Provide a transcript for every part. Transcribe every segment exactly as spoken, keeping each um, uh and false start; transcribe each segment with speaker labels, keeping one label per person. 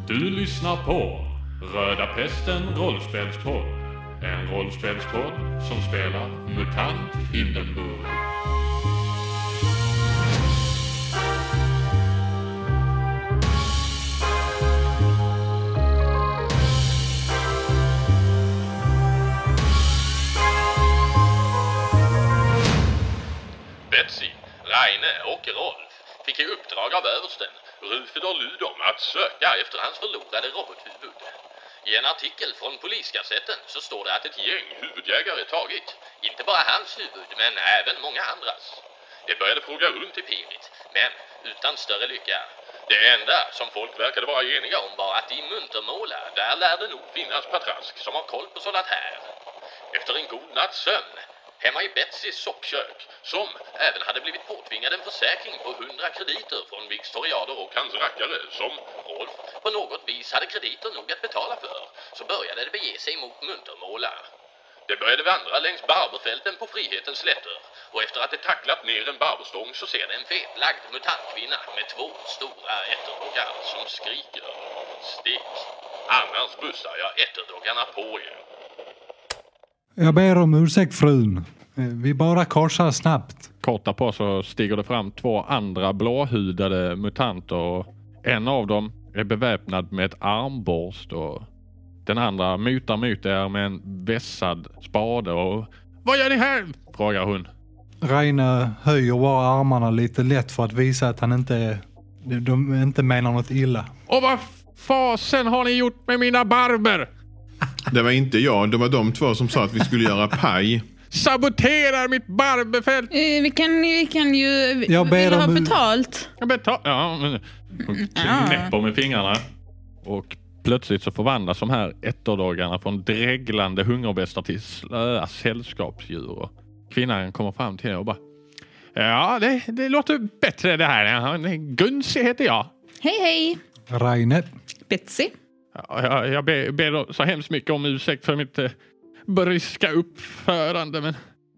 Speaker 1: Du lyssnar på Röda Pesten rollspelspodd. En rollspelspodd som spelar MUTANT Hindenburg.
Speaker 2: Betsy, Reine och Rolf fick i uppdrag av översten Rufidor Ludom att söka efter hans förlorade robothuvud. I en artikel från poliskassetten så står det att ett gäng huvudjägare tagit inte bara hans huvud men även många andras. Det började fråga runt i Pirit, men utan större lycka. Det enda som folk verkade vara eniga om var att i Muntermåla, där lär det nog finnas Patrask som har koll på sådant här. Efter en god natts sömn hemma i Betsys soppkök, som även hade blivit påtvingad en försäkring på hundra krediter från Victoriader och hans rackare, som Rolf på något vis hade krediter nog att betala för, så började det bege sig mot Muntermåla. Det började vandra längs barberfälten på Frihetens slätter, och efter att det tacklat ner en barberstång så ser det en fetlagd mutantkvinna med två stora ätterdoggar som skriker: stick, annars bussar jag ätterdoggarna på er.
Speaker 3: Jag ber om ursäkt, frun. Vi bara korsar snabbt.
Speaker 4: Korta på så stiger det fram två andra blåhudade mutanter. Och en av dem är beväpnad med ett armborst och den andra mutar mot er med en vässad spade. Och vad gör ni här? Frågar hon.
Speaker 3: Reine höjer bara armarna lite lätt för att visa att han inte, de inte menar något illa.
Speaker 4: Och vad fasen har ni gjort med mina barber?
Speaker 5: Det var inte jag, det var de två som sa att vi skulle göra paj.
Speaker 4: Saboterar mitt barberfält.
Speaker 6: Eh, vi, kan, vi kan ju
Speaker 3: jag ber
Speaker 6: vill ha
Speaker 3: om...
Speaker 6: betalt.
Speaker 4: Jag betal... Ja, men hon knäpper med fingrarna. Och plötsligt så förvandlas de här etterdoggarna från dreglande hungerbästar till slöa sällskapsdjur. Och kvinnan kommer fram till henne och bara: ja, det, det låter bättre det här. Gunsi heter jag.
Speaker 6: Hej, hej.
Speaker 3: Reine.
Speaker 6: Betsy.
Speaker 4: Ja, jag, jag ber, ber så hemskt mycket om ursäkt för mitt eh, bryska uppförande, men...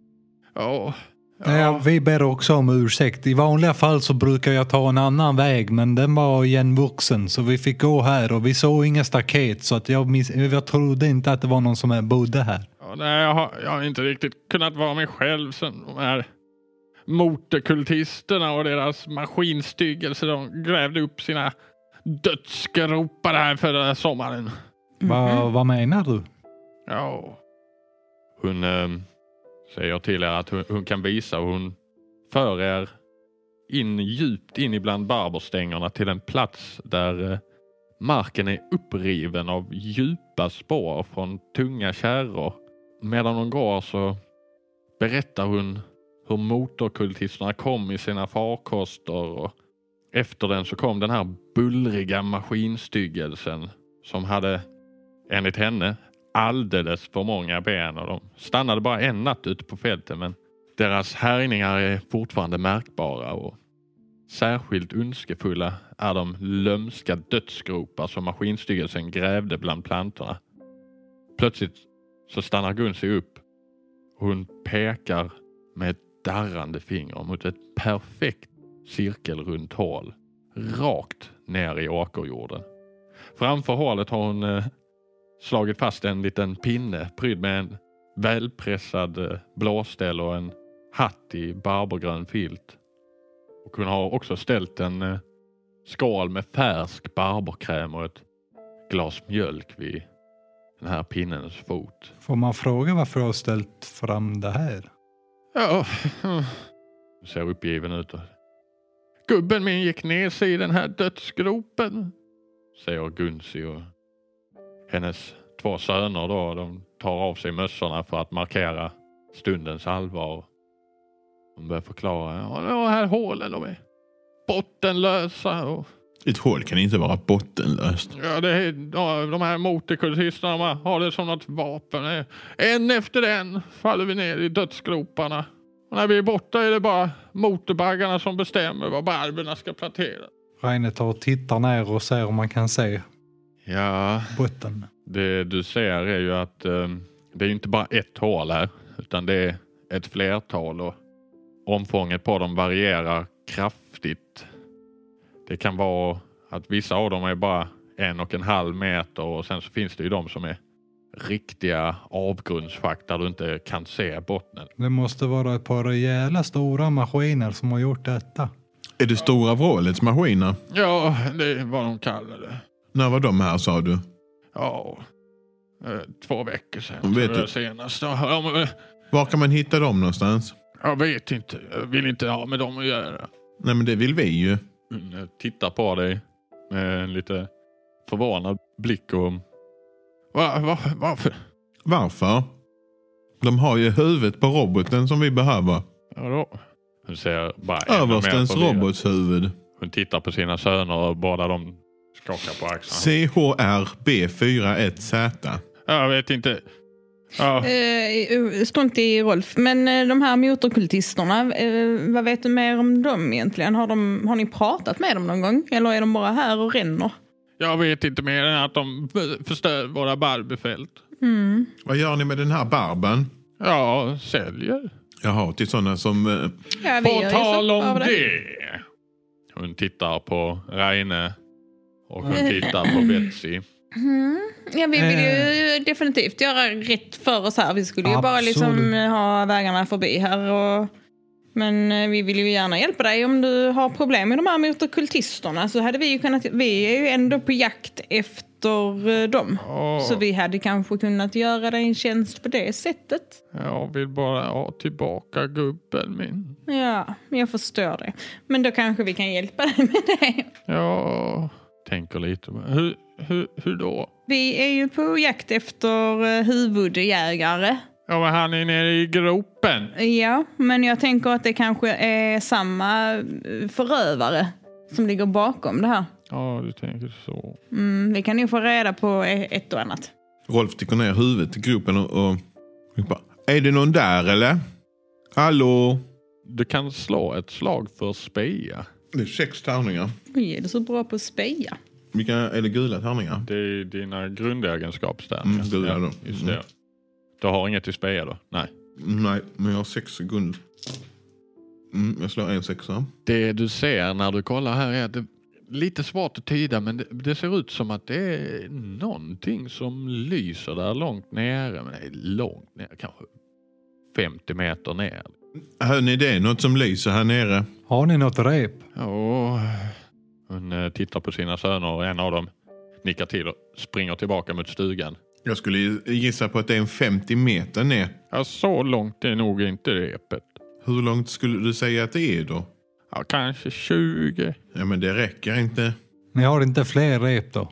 Speaker 4: Oh, ja.
Speaker 3: Ja, vi ber också om ursäkt. I vanliga fall så brukar jag ta en annan väg, men den var igen vuxen så vi fick gå här och vi såg inga staket så att jag, miss, jag trodde inte att det var någon som bodde här.
Speaker 4: Ja, nej, jag har, jag har inte riktigt kunnat vara mig själv sen de här motorkultisterna och deras maskinstyggelse, de grävde upp sina dödsgropar här förra sommaren.
Speaker 3: Mm-hmm. Va, vad menar du?
Speaker 4: Ja, hon äh, säger till er att hon, hon kan visa och hon för er in djupt in ibland barberstängerna till en plats där äh, marken är uppriven av djupa spår från tunga kärror. Medan hon går så berättar hon hur motorkultisterna kom i sina farkoster, och efter den så kom den här bullriga maskinstyggelsen som hade, enligt henne, alldeles för många ben, och de stannade bara en natt ute på fältet, men deras härjningar är fortfarande märkbara, och särskilt önskefulla är de lömska dödsgropar som maskinstyggelsen grävde bland plantorna. Plötsligt så stannar Gunsi upp och hon pekar med ett darrande finger mot ett perfekt cirkelrunt hål rakt ner i åkerjorden. Framför hålet har hon eh, slagit fast en liten pinne prydd med en välpressad eh, blåställ och en hatt i barbergrön filt. Och hon har också ställt en eh, skål med färsk barberkräm och ett glas mjölk vid den här pinnens fot.
Speaker 3: Får man fråga varför du har ställt fram det här?
Speaker 4: Ja, du ser uppgiven ut. Gubben min gick ner sig i den här dödsgropen, säger Gunsi, och hennes två söner då, de tar av sig mössorna för att markera stundens allvar. De börjar förklara: ja, de här hålen, de är bottenlösa. Och
Speaker 5: ett hål kan inte vara bottenlöst.
Speaker 4: Ja, det är, de här motorkultisterna har det som något vapen. En efter en faller vi ner i dödsgroparna. Och när vi är borta är det bara motorbaggarna som bestämmer var barberna ska plantera.
Speaker 3: Reine tar och tittar ner och ser om man kan se
Speaker 4: ja,
Speaker 3: botten.
Speaker 4: Det du ser är ju att um, det är ju inte bara ett hål här, utan det är ett flertal, och omfånget på dem varierar kraftigt. Det kan vara att vissa av dem är bara en och en halv meter. Och sen så finns det ju de som är riktiga avgrundsschakt där du inte kan se bottnen.
Speaker 3: Det måste vara ett par rejäla stora maskiner som har gjort detta.
Speaker 5: Är det stora vrålets maskiner?
Speaker 4: Ja, det är vad de kallar det.
Speaker 5: När var de här, sa du?
Speaker 4: Ja, eh, två veckor sedan.
Speaker 5: Vet
Speaker 4: Vet
Speaker 5: du-
Speaker 4: det senast. Ja, men,
Speaker 5: Var kan man hitta dem någonstans?
Speaker 4: jag vet inte. Jag vill inte ha med dem att göra.
Speaker 5: Nej, men det vill vi ju.
Speaker 4: Hon tittar på dig med en lite förvånad blick och... Va, va, varför?
Speaker 5: Varför? De har ju huvudet på roboten som vi behöver.
Speaker 4: Ja då. Hon ser bara ännu mer
Speaker 5: Överstens
Speaker 4: förvirrad.
Speaker 5: robotshuvud.
Speaker 4: Hon tittar på sina söner och båda de skakar på axlarna.
Speaker 5: C H R B fyra ett Z.
Speaker 4: Jag vet inte. Ja,
Speaker 6: Eh, strunt i Rolf. Men eh, de här motorkultisterna, eh, vad vet du mer om dem egentligen? Har, de, har ni pratat med dem någon gång? Eller är de bara här och ränner?
Speaker 4: jag vet inte mer än att de förstör våra barbefält.
Speaker 6: Mm.
Speaker 5: Vad gör ni med den här barben?
Speaker 4: Ja, säljer.
Speaker 5: Jaha, till sådana som... eh,
Speaker 6: Ja, vi
Speaker 4: På
Speaker 6: gör ju
Speaker 4: tal
Speaker 6: så
Speaker 4: om
Speaker 6: av
Speaker 4: det. Hon tittar på Reine och hon tittar på Betsy.
Speaker 6: Mm. Ja, vi vill ju definitivt göra rätt för oss här. Vi skulle ju bara
Speaker 3: Absolut.
Speaker 6: liksom ha vägarna förbi här. Och... Men eh, vi vill ju gärna hjälpa dig om du har problem med de här motorkultisterna. Så hade vi ju kunnat... Vi är ju ändå på jakt efter eh, dem.
Speaker 4: Ja,
Speaker 6: Så vi hade kanske kunnat göra dig en tjänst på det sättet.
Speaker 4: jag vill bara ha tillbaka gubben min.
Speaker 6: Ja, jag förstår det. Men då kanske vi kan hjälpa dig med det.
Speaker 4: Jag tänker lite. Hur, hur, hur då?
Speaker 6: Vi är ju på jakt efter eh, huvudjägare.
Speaker 4: Ja, men han är nere i gropen.
Speaker 6: Ja, men jag tänker att det kanske är samma eh, förövare som ligger bakom det här.
Speaker 4: Ja, du tänker så.
Speaker 6: Mm, vi kan ju få reda på e- ett och annat.
Speaker 5: Rolf sticker ner huvudet i gropen och... och och bara, är det någon där eller? Hallå?
Speaker 4: Du kan slå ett slag för spia.
Speaker 5: Det är sex tärningar.
Speaker 6: Oj, är du så bra på att speja?
Speaker 5: Vilka är det gula tärningar?
Speaker 4: Det är dina grundegenskapstärningar.
Speaker 5: Mm, gula då.
Speaker 4: Just det. Du har inget till spia då? Nej.
Speaker 5: Nej, men jag har sex guld. Mm, jag slår en sexa.
Speaker 4: Det du ser när du kollar här är att det är lite svårt att tyda, men det, det ser ut som att det är någonting som lyser där långt nere. Men det är långt ner, kanske femtio meter ner.
Speaker 5: Hör ni det? Något som lyser här nere.
Speaker 3: Har ni något rep?
Speaker 4: Ja, hon eh, tittar på sina söner och en av dem nickar till och springer tillbaka mot stugan.
Speaker 5: Jag skulle gissa på att det är en femtio meter ner.
Speaker 4: Ja, så långt är nog inte repet.
Speaker 5: Hur långt skulle du säga att det är då?
Speaker 4: Ja, kanske tjugo.
Speaker 5: Ja, men det räcker inte.
Speaker 3: Ni har inte fler rep då?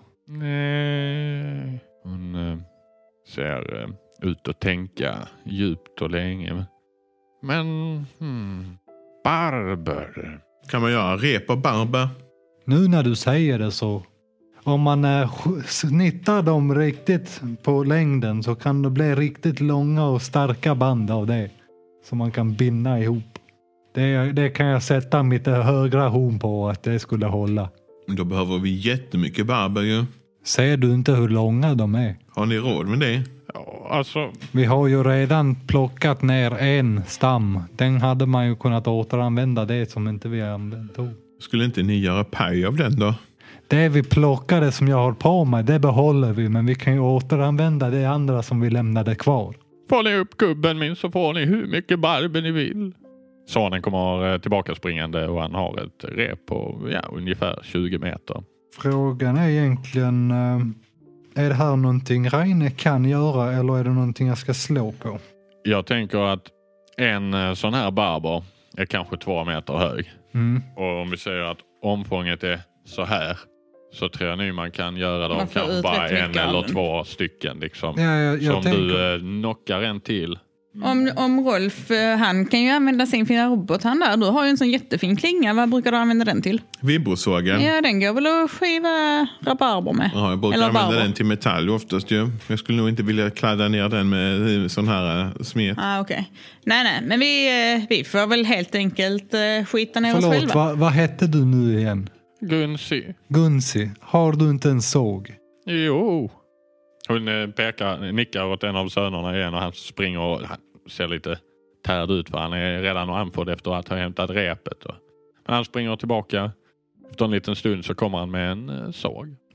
Speaker 4: Nej. Hon eh, ser eh, ut att tänka djupt och länge. Men, hmm, barber.
Speaker 5: Kan man göra rep och barber?
Speaker 3: Nu när du säger det så... Om man eh, sk- snittar dem riktigt på längden så kan det bli riktigt långa och starka band av det. Som man kan binda ihop. Det, det kan jag sätta mitt högra horn på att det skulle hålla.
Speaker 5: Då behöver vi jättemycket barber ju.
Speaker 3: Ser du inte hur långa de är?
Speaker 5: Har ni råd med det?
Speaker 4: Ja, alltså,
Speaker 3: Vi har ju redan plockat ner en stam. Den hade man ju kunnat återanvända det som inte vi använt.
Speaker 5: Skulle inte ni göra paj av den då?
Speaker 3: Det vi plockade som jag har på mig, det behåller vi. Men vi kan ju återanvända det andra som vi lämnade kvar.
Speaker 4: får ni upp gubben min så får ni hur mycket barber ni vill. Sonen kommer tillbaka springande och han har ett rep på ja, ungefär tjugo meter.
Speaker 3: Frågan är egentligen... eh, Är det här någonting Reine kan göra eller är det någonting jag ska slå på?
Speaker 4: Jag tänker att en eh, sån här barber är kanske två meter hög.
Speaker 3: Mm.
Speaker 4: Och om vi säger att omfånget är så här så tror jag nu man kan göra dem
Speaker 6: Man får
Speaker 4: kanske
Speaker 6: ut
Speaker 4: bara
Speaker 6: rätt
Speaker 4: en
Speaker 6: mycket av
Speaker 4: eller
Speaker 6: den.
Speaker 4: två stycken. Liksom.
Speaker 3: Ja, jag, jag
Speaker 4: Som
Speaker 3: tänker...
Speaker 4: du eh, knockar en till.
Speaker 6: Om, om Rolf, eh, han kan ju använda sin fina robot han där. Du har ju en sån jättefin klinga. Vad brukar du använda den till?
Speaker 5: Vibrosågen.
Speaker 6: Ja, den går väl att skiva rabarber med.
Speaker 5: Ja, jag brukar
Speaker 6: Eller
Speaker 5: använda
Speaker 6: barber.
Speaker 5: den till metall oftast ju. Jag skulle nog inte vilja kladda ner den med sån här äh, smet.
Speaker 6: Ah, okej. Nej, nej. Men vi, eh, vi får väl helt enkelt eh, skita ner oss
Speaker 3: Förlåt,
Speaker 6: själva.
Speaker 3: vad vad hette du nu igen?
Speaker 4: Gunsi.
Speaker 3: Gunsi, har du inte en såg?
Speaker 4: Jo. Hon eh, pekar, nickar åt en av sönerna igen och han springer och han ser lite tärd ut för han är redan andfådd efter att ha hämtat repet. Men han springer tillbaka. Efter en liten stund så kommer han med en eh, såg.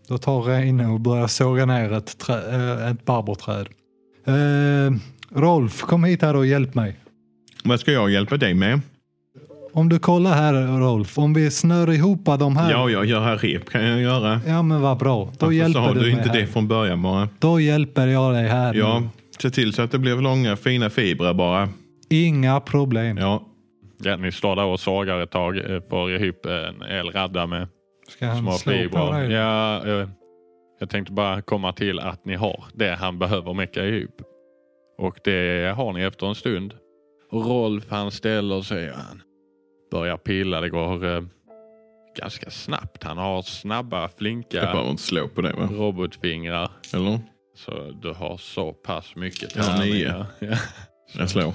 Speaker 3: Då tar Reine och börjar såga ner ett, trä, ett barberträd. Eh, Rolf, kom hit här och hjälp mig.
Speaker 5: Vad ska jag hjälpa dig med?
Speaker 3: Om du kollar här, Rolf, om vi snör ihop de här.
Speaker 5: Ja, jag gör här rep kan jag göra.
Speaker 3: Ja, men vad bra. Då hjälper
Speaker 5: har
Speaker 3: du,
Speaker 5: du
Speaker 3: mig
Speaker 5: inte
Speaker 3: här.
Speaker 5: det från början bara.
Speaker 3: Då hjälper jag dig här.
Speaker 5: Ja,
Speaker 3: nu.
Speaker 5: se till så att det blir långa fina fibrer bara.
Speaker 3: Inga problem.
Speaker 5: Ja.
Speaker 4: Ja, ni står där och sågar ett tag eh, för ihop en elradda med
Speaker 3: Ska han
Speaker 4: små
Speaker 3: slå på
Speaker 4: fibrer.
Speaker 3: dig?
Speaker 4: Ja, eh, jag tänkte bara komma till att ni har det han behöver mecka ihop. Och det har ni efter en stund. Och Rolf han ställer sig, han börjar pilla. Det går eh, ganska snabbt. Han har snabba, flinka
Speaker 5: Jag behöver inte slå på det va?
Speaker 4: robotfingrar.
Speaker 5: Eller?
Speaker 4: Så du har så pass mycket
Speaker 5: Ja,
Speaker 4: tärningar.
Speaker 5: nio.
Speaker 4: Ja.
Speaker 5: Jag slår.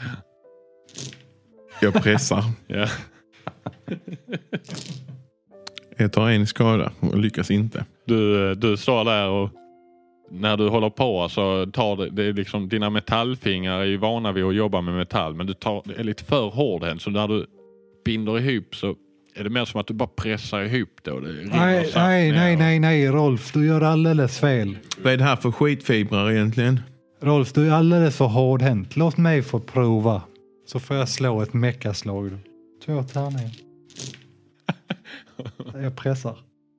Speaker 5: Jag pressar.
Speaker 4: Ja.
Speaker 5: Jag tar en skada och lyckas inte.
Speaker 4: Du, du står där och när du håller på så tar det, det är liksom, dina metallfingrar är ju vana vid att jobba med metall, men du tar, det är lite för hårdhänt, så när du binder ihop så är det mer som att du bara pressar ihop det och det rinner
Speaker 3: Nej,
Speaker 4: snabbt
Speaker 3: nej,
Speaker 4: ner.
Speaker 3: nej, nej, nej, Rolf, du gör alldeles fel.
Speaker 5: Vad är det här för skitfibrer egentligen?
Speaker 3: Rolf, du är alldeles för hårdhänt. Låt mig få prova. Så får jag slå ett meckaslag då. Två tärningar. Jag pressar.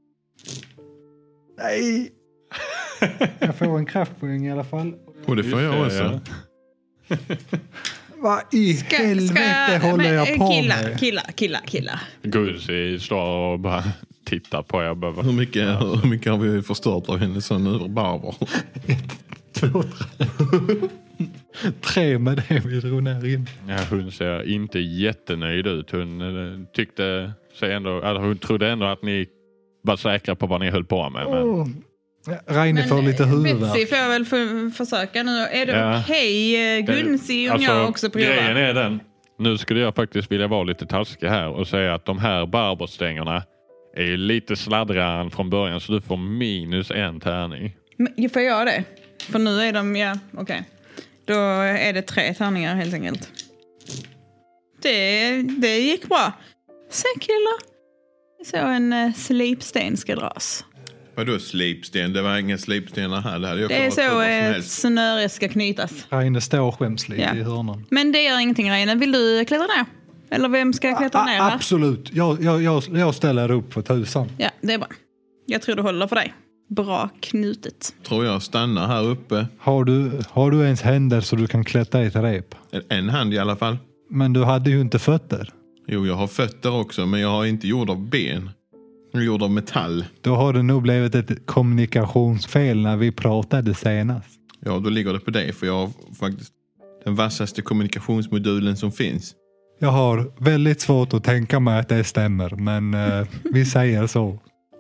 Speaker 3: Nej! Jag får en kraftpoäng i alla fall.
Speaker 5: Och det får jag också.
Speaker 4: Ja.
Speaker 3: Vad i helvete håller jag på
Speaker 6: killa,
Speaker 3: med?
Speaker 6: Killa, killa, killa.
Speaker 4: Guzzi står och bara tittar på er. Bara,
Speaker 5: Hur mycket, hur mycket har vi förstört av hennes sån överbarber?
Speaker 3: Två, tre. Tre med det vi drog ner in.
Speaker 4: ja, hon ser inte jättenöjd ut. Hon eh, tyckte sig ändå, alltså, hon trodde ändå att ni var säkra på vad ni höll på med. Men...
Speaker 3: Oh. Reine får lite huvudvärk.
Speaker 6: Betsy får jag väl för, försöka nu. Är det
Speaker 4: Ja.
Speaker 6: okej, okay, Gunzi, om
Speaker 4: Alltså,
Speaker 6: jag också provar?
Speaker 4: grejen är den. Nu skulle jag faktiskt vilja vara lite taskig här och säga att de här barberstängerna är ju lite sladdrigare än från början, så du får minus en tärning.
Speaker 6: Men, får jag det? För nu är de, ja, okej. Okay. Då är det tre tärningar helt enkelt. Det, det gick bra. Se killar. Så en uh, slipsten ska dras.
Speaker 5: Vadå slipsten? Det var inga slipstenar här. Det, hade jag
Speaker 6: Det är
Speaker 5: klarat
Speaker 6: så
Speaker 5: vad som
Speaker 6: ett
Speaker 5: helst.
Speaker 6: snöre ska knytas.
Speaker 3: Reine står och skäms lite
Speaker 6: Ja.
Speaker 3: i hörnan.
Speaker 6: Men det gör ingenting, Reine. Vill du klättra ner? Eller vem ska klättra ner här?
Speaker 3: Absolut. Jag, jag, jag, jag ställer upp för tusan.
Speaker 6: Ja, det är bra. Jag tror du håller för dig. Bra knutet.
Speaker 5: Tror jag stannar här uppe.
Speaker 3: Har du, har du ens händer så du kan klättra i ett rep?
Speaker 5: En hand i alla fall.
Speaker 3: Men du hade ju inte fötter.
Speaker 5: Jo, jag har fötter också, men jag har inte gjord av ben. Jag är gjord av metall.
Speaker 3: Då har det nog blivit ett kommunikationsfel när vi pratade senast.
Speaker 5: Ja, då ligger det på dig, för jag har faktiskt den vassaste kommunikationsmodulen som finns.
Speaker 3: Jag har väldigt svårt att tänka mig att det stämmer, men eh, vi säger så.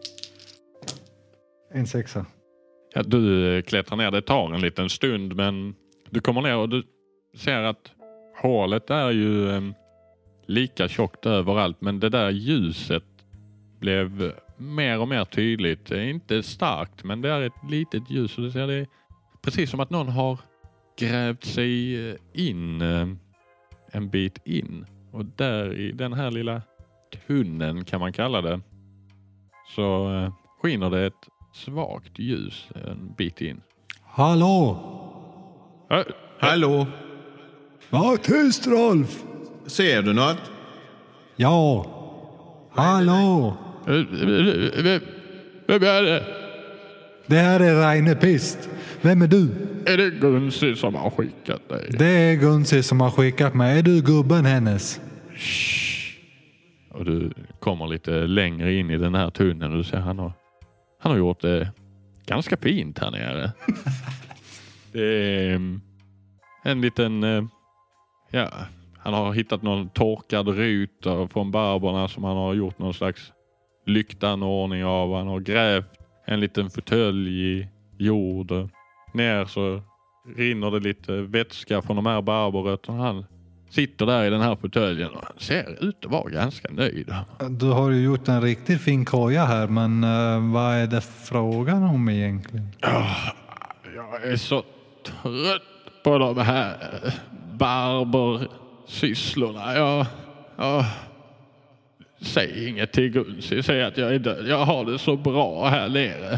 Speaker 3: En sexa.
Speaker 4: Ja, du klättrar ner, det tar en liten stund, men du kommer ner och du ser att hålet är ju eh, lika tjockt överallt, men det där ljuset blev mer och mer tydligt. Det är inte starkt, men det är ett litet ljus, och du ser det är precis som att någon har grävt sig in eh, en bit in, och där i den här lilla tunneln kan man kalla det, så eh, skiner det ett svagt ljus en bit in.
Speaker 3: Hallå!
Speaker 4: Äh,
Speaker 5: Hallå?
Speaker 3: Var tyst, Rolf!
Speaker 5: Ser du något?
Speaker 3: Ja! Hallå!
Speaker 4: äh, äh, Vem är det?
Speaker 3: Det här är Reine Pist. Vem är du?
Speaker 4: Är det Gunzi som har skickat dig?
Speaker 3: Det är Gunzi som har skickat mig. Är du gubben hennes?
Speaker 4: Och du kommer lite längre in i den här tunneln och du ser han har, han har gjort det ganska fint här nere. Det är um, en liten, uh, ja, han har hittat någon torkad ruta från barberna som han har gjort någon slags lyktanordning av. Han har grävt en liten fåtölj i jord. Ner så rinner det lite vätska från de här barberrötterna. Han sitter där i den här fåtöljen och han ser ut att vara ganska nöjd.
Speaker 3: Du har ju gjort en riktigt fin koja här, men uh, vad är det frågan om egentligen?
Speaker 4: Oh, jag är så trött på de här barbersysslorna. Jag, jag säg inget till Gunsi. Säg att jag är död. Jag har det så bra här nere.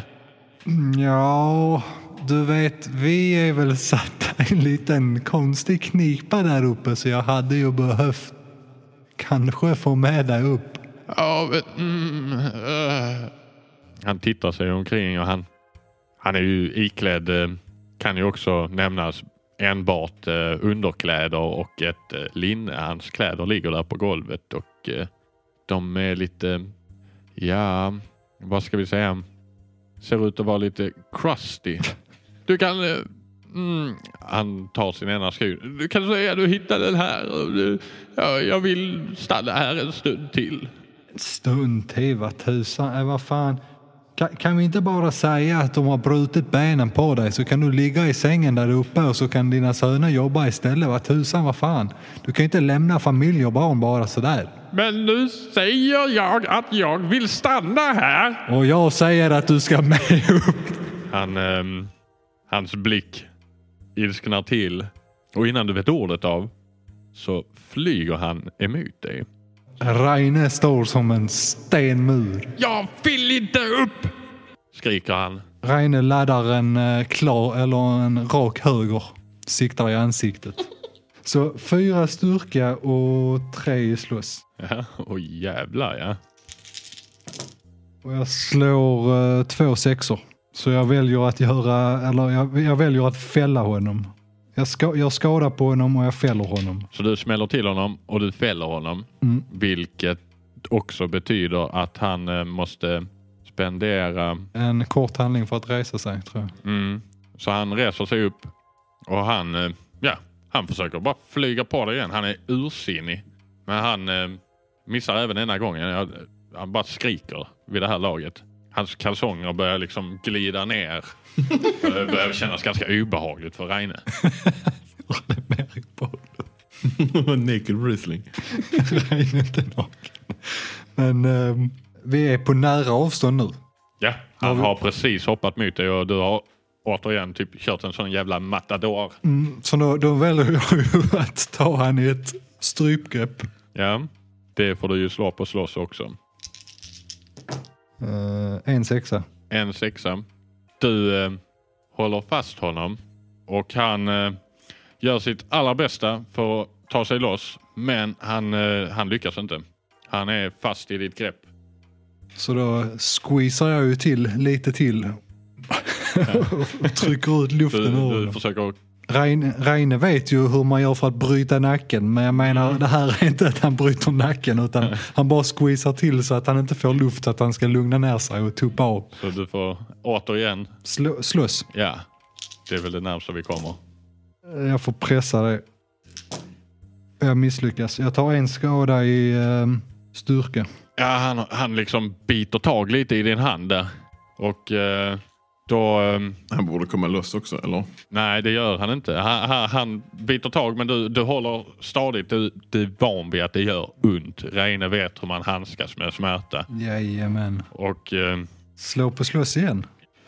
Speaker 3: Ja, du vet, vi är väl satt i en liten konstig knipa där uppe, så jag hade ju behövt kanske få med dig upp.
Speaker 4: Ja, men, mm, uh. Han tittar sig omkring och han, han är ju iklädd, kan ju också nämnas, enbart uh, underkläder och ett uh, linne. Hans kläder ligger där på golvet och uh, de är lite, ja, vad ska vi säga, ser ut att vara lite crusty. Du kan, uh, mm, han tar sin ena skruv. Du kan säga att du hittade den här. Och du, ja, jag vill stanna här en stund till.
Speaker 3: En stund till, vad tusan, äh, vad fan. Kan, kan vi inte bara säga att de har brutit benen på dig, så kan du ligga i sängen där uppe och så kan dina söner jobba istället. Vad tusan, vad fan. Du kan inte lämna familj och barn bara sådär.
Speaker 4: Men nu säger jag att jag vill stanna här.
Speaker 3: Och jag säger att du ska med upp.
Speaker 4: Han, eh, hans blick ilsknar till. Och innan du vet ordet av så flyger han emot dig.
Speaker 3: Reine står som en stenmur.
Speaker 4: Jag vill inte upp! Skriker han.
Speaker 3: Reine laddar en uh, klar eller en rak höger. Siktar i ansiktet. Så fyra styrka och tre i slåss.
Speaker 4: Ja, och jävlar, ja.
Speaker 3: Och jag slår uh, två sexor. Så jag väljer att göra, eller jag, jag väljer att fälla honom. Jag, ska, jag skadar på honom och jag fäller honom.
Speaker 4: Så du smäller till honom och du fäller honom.
Speaker 3: Mm.
Speaker 4: Vilket också betyder att han uh, måste spendera
Speaker 3: en kort handling för att resa sig, tror jag.
Speaker 4: Mm. Så han reser sig upp och han, uh, ja, han försöker bara flyga på dig igen. Han är ursinnig. Men han uh, missar även denna gången. Jag, han bara skriker vid det här laget. Hans kalsonger börjar liksom glida ner. Det börjar kännas ganska obehagligt för Reine.
Speaker 5: Naked wrestling.
Speaker 3: Reine inte naken. Men um, vi är på nära avstånd nu.
Speaker 4: Ja, han har precis hoppat mot dig och du har återigen typ kört en sån jävla matador.
Speaker 3: Mm, så då, då väljer jag ju att ta han i ett strypgrepp.
Speaker 4: Ja, det får du ju slå på slåss också.
Speaker 3: Uh, en sexa.
Speaker 4: En sexa. Du uh, håller fast honom och han uh, gör sitt allra bästa för att ta sig loss. Men han, uh, han lyckas inte. Han är fast i ditt grepp.
Speaker 3: Så då squeezar jag ju till lite till. Ja. Och trycker ut luften
Speaker 4: du,
Speaker 3: ur
Speaker 4: du
Speaker 3: honom.
Speaker 4: försöker...
Speaker 3: Reine, Reine vet ju hur man gör för att bryta nacken. Men jag menar, mm. det här är inte att han bryter nacken. Utan mm. han bara squeezar till så att han inte får luft. Så att han ska lugna ner sig och tuppa av.
Speaker 4: Så du får återigen...
Speaker 3: Slå, slåss.
Speaker 4: Ja, det är väl det närmsta vi kommer.
Speaker 3: Jag får pressa det. Jag misslyckas. Jag tar en skada i uh, styrka.
Speaker 4: Ja, han, han liksom biter tag lite i din hand där. Och... Uh, Då, um,
Speaker 5: han borde komma loss också, eller?
Speaker 4: Nej, det gör han inte. Han, han, han biter tag, men du, du håller stadigt. Du, du är van vid att det gör ont. Reine vet hur man handskas med smärta.
Speaker 3: Jajamän.
Speaker 4: Och... Um,
Speaker 3: slå på slåss igen.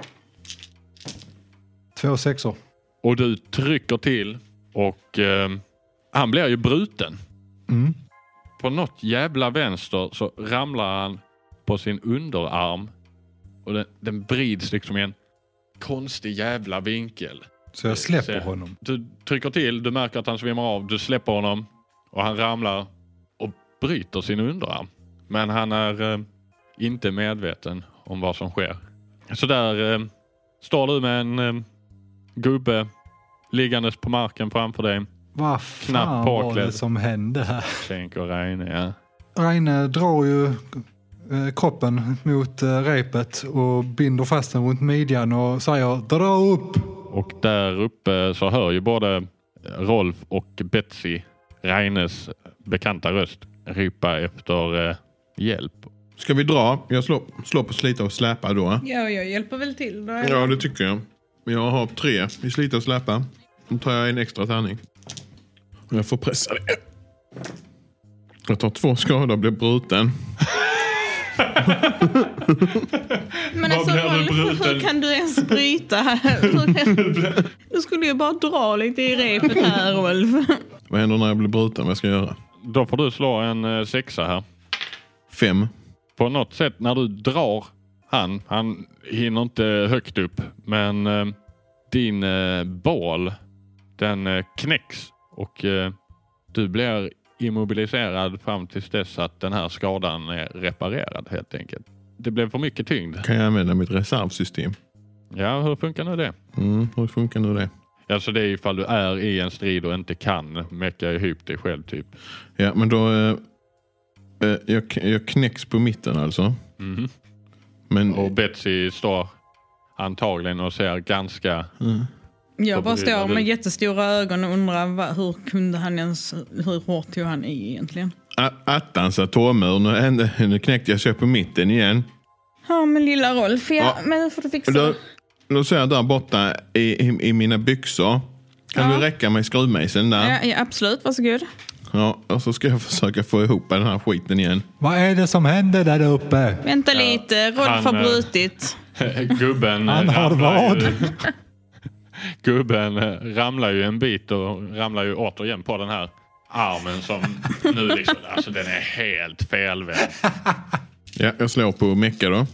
Speaker 3: Två sexor.
Speaker 4: Och du trycker till. Och um, han blir ju bruten.
Speaker 3: Mm.
Speaker 4: På något jävla vänster så ramlar han på sin underarm. Och den, den brids liksom i en konstig jävla vinkel.
Speaker 3: Så jag släpper
Speaker 4: så,
Speaker 3: honom.
Speaker 4: Du trycker till, du märker att han svimmar av. Du släpper honom och han ramlar och bryter sin underarm. Men han är eh, inte medveten om vad som sker. Så där eh, står du med en eh, gubbe liggandes på marken framför dig.
Speaker 3: Vad fan var det som hände här?
Speaker 4: Tänker Reine, ja.
Speaker 3: Reine drar ju eh, kroppen mot eh, repet och binder fast den runt midjan och säger dra upp.
Speaker 4: Och där uppe så hör ju både Rolf och Betsy Reines bekanta röst ropa efter eh, hjälp.
Speaker 5: Ska vi dra? Jag slår, slår på slita och släpa då.
Speaker 6: Ja, jag hjälper väl till. Då är
Speaker 5: ja, det tycker jag. Jag har tre i slita och släpa. Då tar jag en extra tärning. Och jag får pressa det. Jag tar två skador och blir bruten.
Speaker 6: Men alltså, Rolf, hur kan du ens bryta här? Du skulle ju bara dra lite i repet här, Rolf.
Speaker 5: Vad händer när jag blir bruten? Vad ska jag göra?
Speaker 4: Då får du slå en eh, sexa här.
Speaker 5: Fem.
Speaker 4: På något sätt när du drar han, han hinner inte högt upp, men eh, din eh, bål, den eh, knäcks och eh, du blir immobiliserad fram tills dess att den här skadan är reparerad helt enkelt. Det blev för mycket tyngd.
Speaker 5: Kan jag använda mitt reservsystem?
Speaker 4: Ja, hur funkar nu det?
Speaker 5: Mm, hur funkar nu det?
Speaker 4: Alltså det är ifall du är i en strid och inte kan mecka ihop dig själv typ.
Speaker 5: Ja, men då... Eh, eh, jag, jag knäcks på mitten alltså.
Speaker 4: Mm.
Speaker 5: Men...
Speaker 4: Och Betsy står antagligen och ser ganska...
Speaker 5: Mm.
Speaker 6: Jag bara står
Speaker 4: Förvridande.
Speaker 6: med jättestora ögon och undrar va, hur kunde han ens, hur hårt tog han i egentligen?
Speaker 5: A- Attans atomur, nu, hände- nu knäckte jag sig på mitten igen.
Speaker 6: Ja, men lilla Rolf, ja,
Speaker 5: Ja.
Speaker 6: men nu får du fixa
Speaker 5: Då,
Speaker 6: det.
Speaker 5: då ser jag där borta i, i, i mina byxor. Kan
Speaker 6: Ja.
Speaker 5: du räcka mig skruvmejseln där?
Speaker 6: Ja, ja, absolut, varsågod.
Speaker 5: Ja, och så ska jag försöka få ihop den här skiten igen.
Speaker 3: Vad är det som händer där uppe?
Speaker 6: Vänta lite, Rolf
Speaker 4: han,
Speaker 6: har
Speaker 4: eh,
Speaker 6: brutit.
Speaker 4: Gubben
Speaker 3: Han har
Speaker 4: ramlar
Speaker 3: vad?
Speaker 4: ju, Gubben eh, ramlar ju en bit och ramlar ju återigen på den här armen som nu liksom, alltså den är helt felvänd.
Speaker 5: Ja, jag slår på mecka då.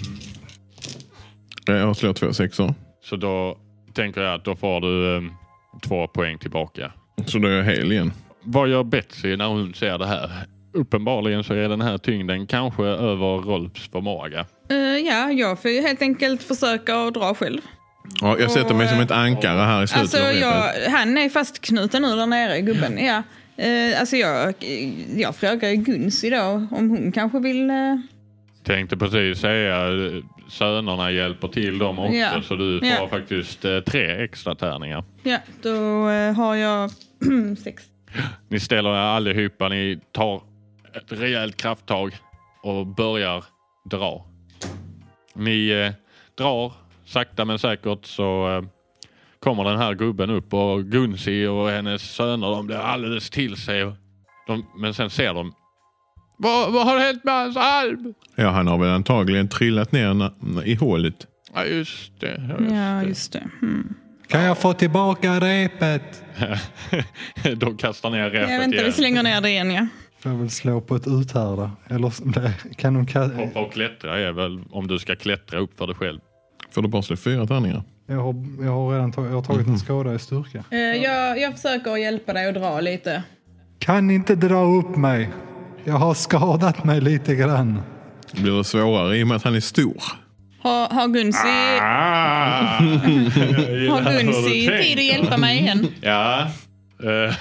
Speaker 5: Jag slår två sexor.
Speaker 4: Så då tänker jag att då får du eh, två poäng tillbaka.
Speaker 5: Så då är jag hel igen.
Speaker 4: Vad gör Betsy när hon ser det här? Uppenbarligen så är den här tyngden kanske över Rolfs förmåga.
Speaker 6: Uh, ja, jag får ju helt enkelt försöka att dra själv.
Speaker 5: Ja, jag sätter mig som ett ankare här i slutet
Speaker 6: Alltså,
Speaker 5: av repet.
Speaker 6: jag, han är fastknuten nu där nere, gubben. Ja. Uh, alltså, jag, jag frågar Guns idag om hon kanske vill... Uh...
Speaker 4: Tänkte precis säga, sönerna hjälper till dem också,
Speaker 6: Ja.
Speaker 4: så du får
Speaker 6: Ja.
Speaker 4: faktiskt eh, tre extra tärningar.
Speaker 6: Ja, då uh, har jag sex.
Speaker 4: Ni ställer er allihopa, ni tar ett rejält krafttag och börjar dra. Ni eh, drar sakta men säkert, så eh, kommer den här gubben upp och Gunsi och hennes söner, de blir alldeles till sig. Och de, men sen ser de, vad, vad har hänt med hans arm?
Speaker 5: Ja, han har väl antagligen trillat ner na- i hålet.
Speaker 4: Ja, just det. Ja, just
Speaker 6: Ja,
Speaker 4: det.
Speaker 6: just det. Mm.
Speaker 3: Kan jag få tillbaka repet?
Speaker 4: De kastar ner repet
Speaker 6: Jag väntar,
Speaker 4: igen.
Speaker 6: vi slänger ner det igen, ja.
Speaker 3: Får jag väl slå på ett uthärda? Eller kan de ka-
Speaker 4: Hoppa och klättra är väl om du ska klättra upp för dig själv.
Speaker 5: Får du bara slå fyra tärningar?
Speaker 3: jag, har, jag har redan tagit, jag har tagit en skada i styrka.
Speaker 6: Uh, jag, jag försöker hjälpa dig att dra lite.
Speaker 3: Kan inte dra upp mig. Jag har skadat mig lite grann.
Speaker 5: Det blir det svårare i och med att han är stor.
Speaker 6: Har, har Gunsi,
Speaker 4: Ah!
Speaker 6: har Gunsi tid att hjälpa mig igen?
Speaker 4: Ja. Eh,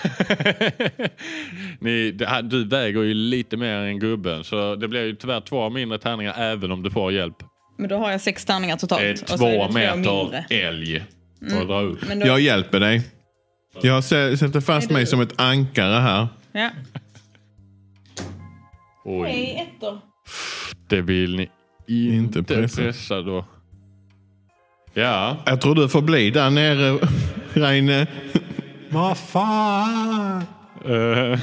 Speaker 4: Ni, det här- du väger ju lite mer än gubben, så det blir ju tyvärr två mindre tärningar även om du får hjälp.
Speaker 6: Men då har jag sex tärningar totalt.
Speaker 4: Det är
Speaker 6: och så
Speaker 4: två
Speaker 6: är det
Speaker 4: meter
Speaker 6: mindre.
Speaker 4: älg att dra upp.
Speaker 6: Men då,
Speaker 5: Jag hjälper dig. Jag sä- sätter fast
Speaker 6: Är
Speaker 5: mig
Speaker 6: du-
Speaker 5: som ett ankare här.
Speaker 6: ja.
Speaker 4: Oj,
Speaker 6: Hej, ettor.
Speaker 4: det vill ni inte,
Speaker 5: Inte
Speaker 4: pressa.
Speaker 5: pressa.
Speaker 4: då. Ja,
Speaker 5: Jag tror du får bli där nere, Reine.
Speaker 3: Vad fan?
Speaker 4: Uh,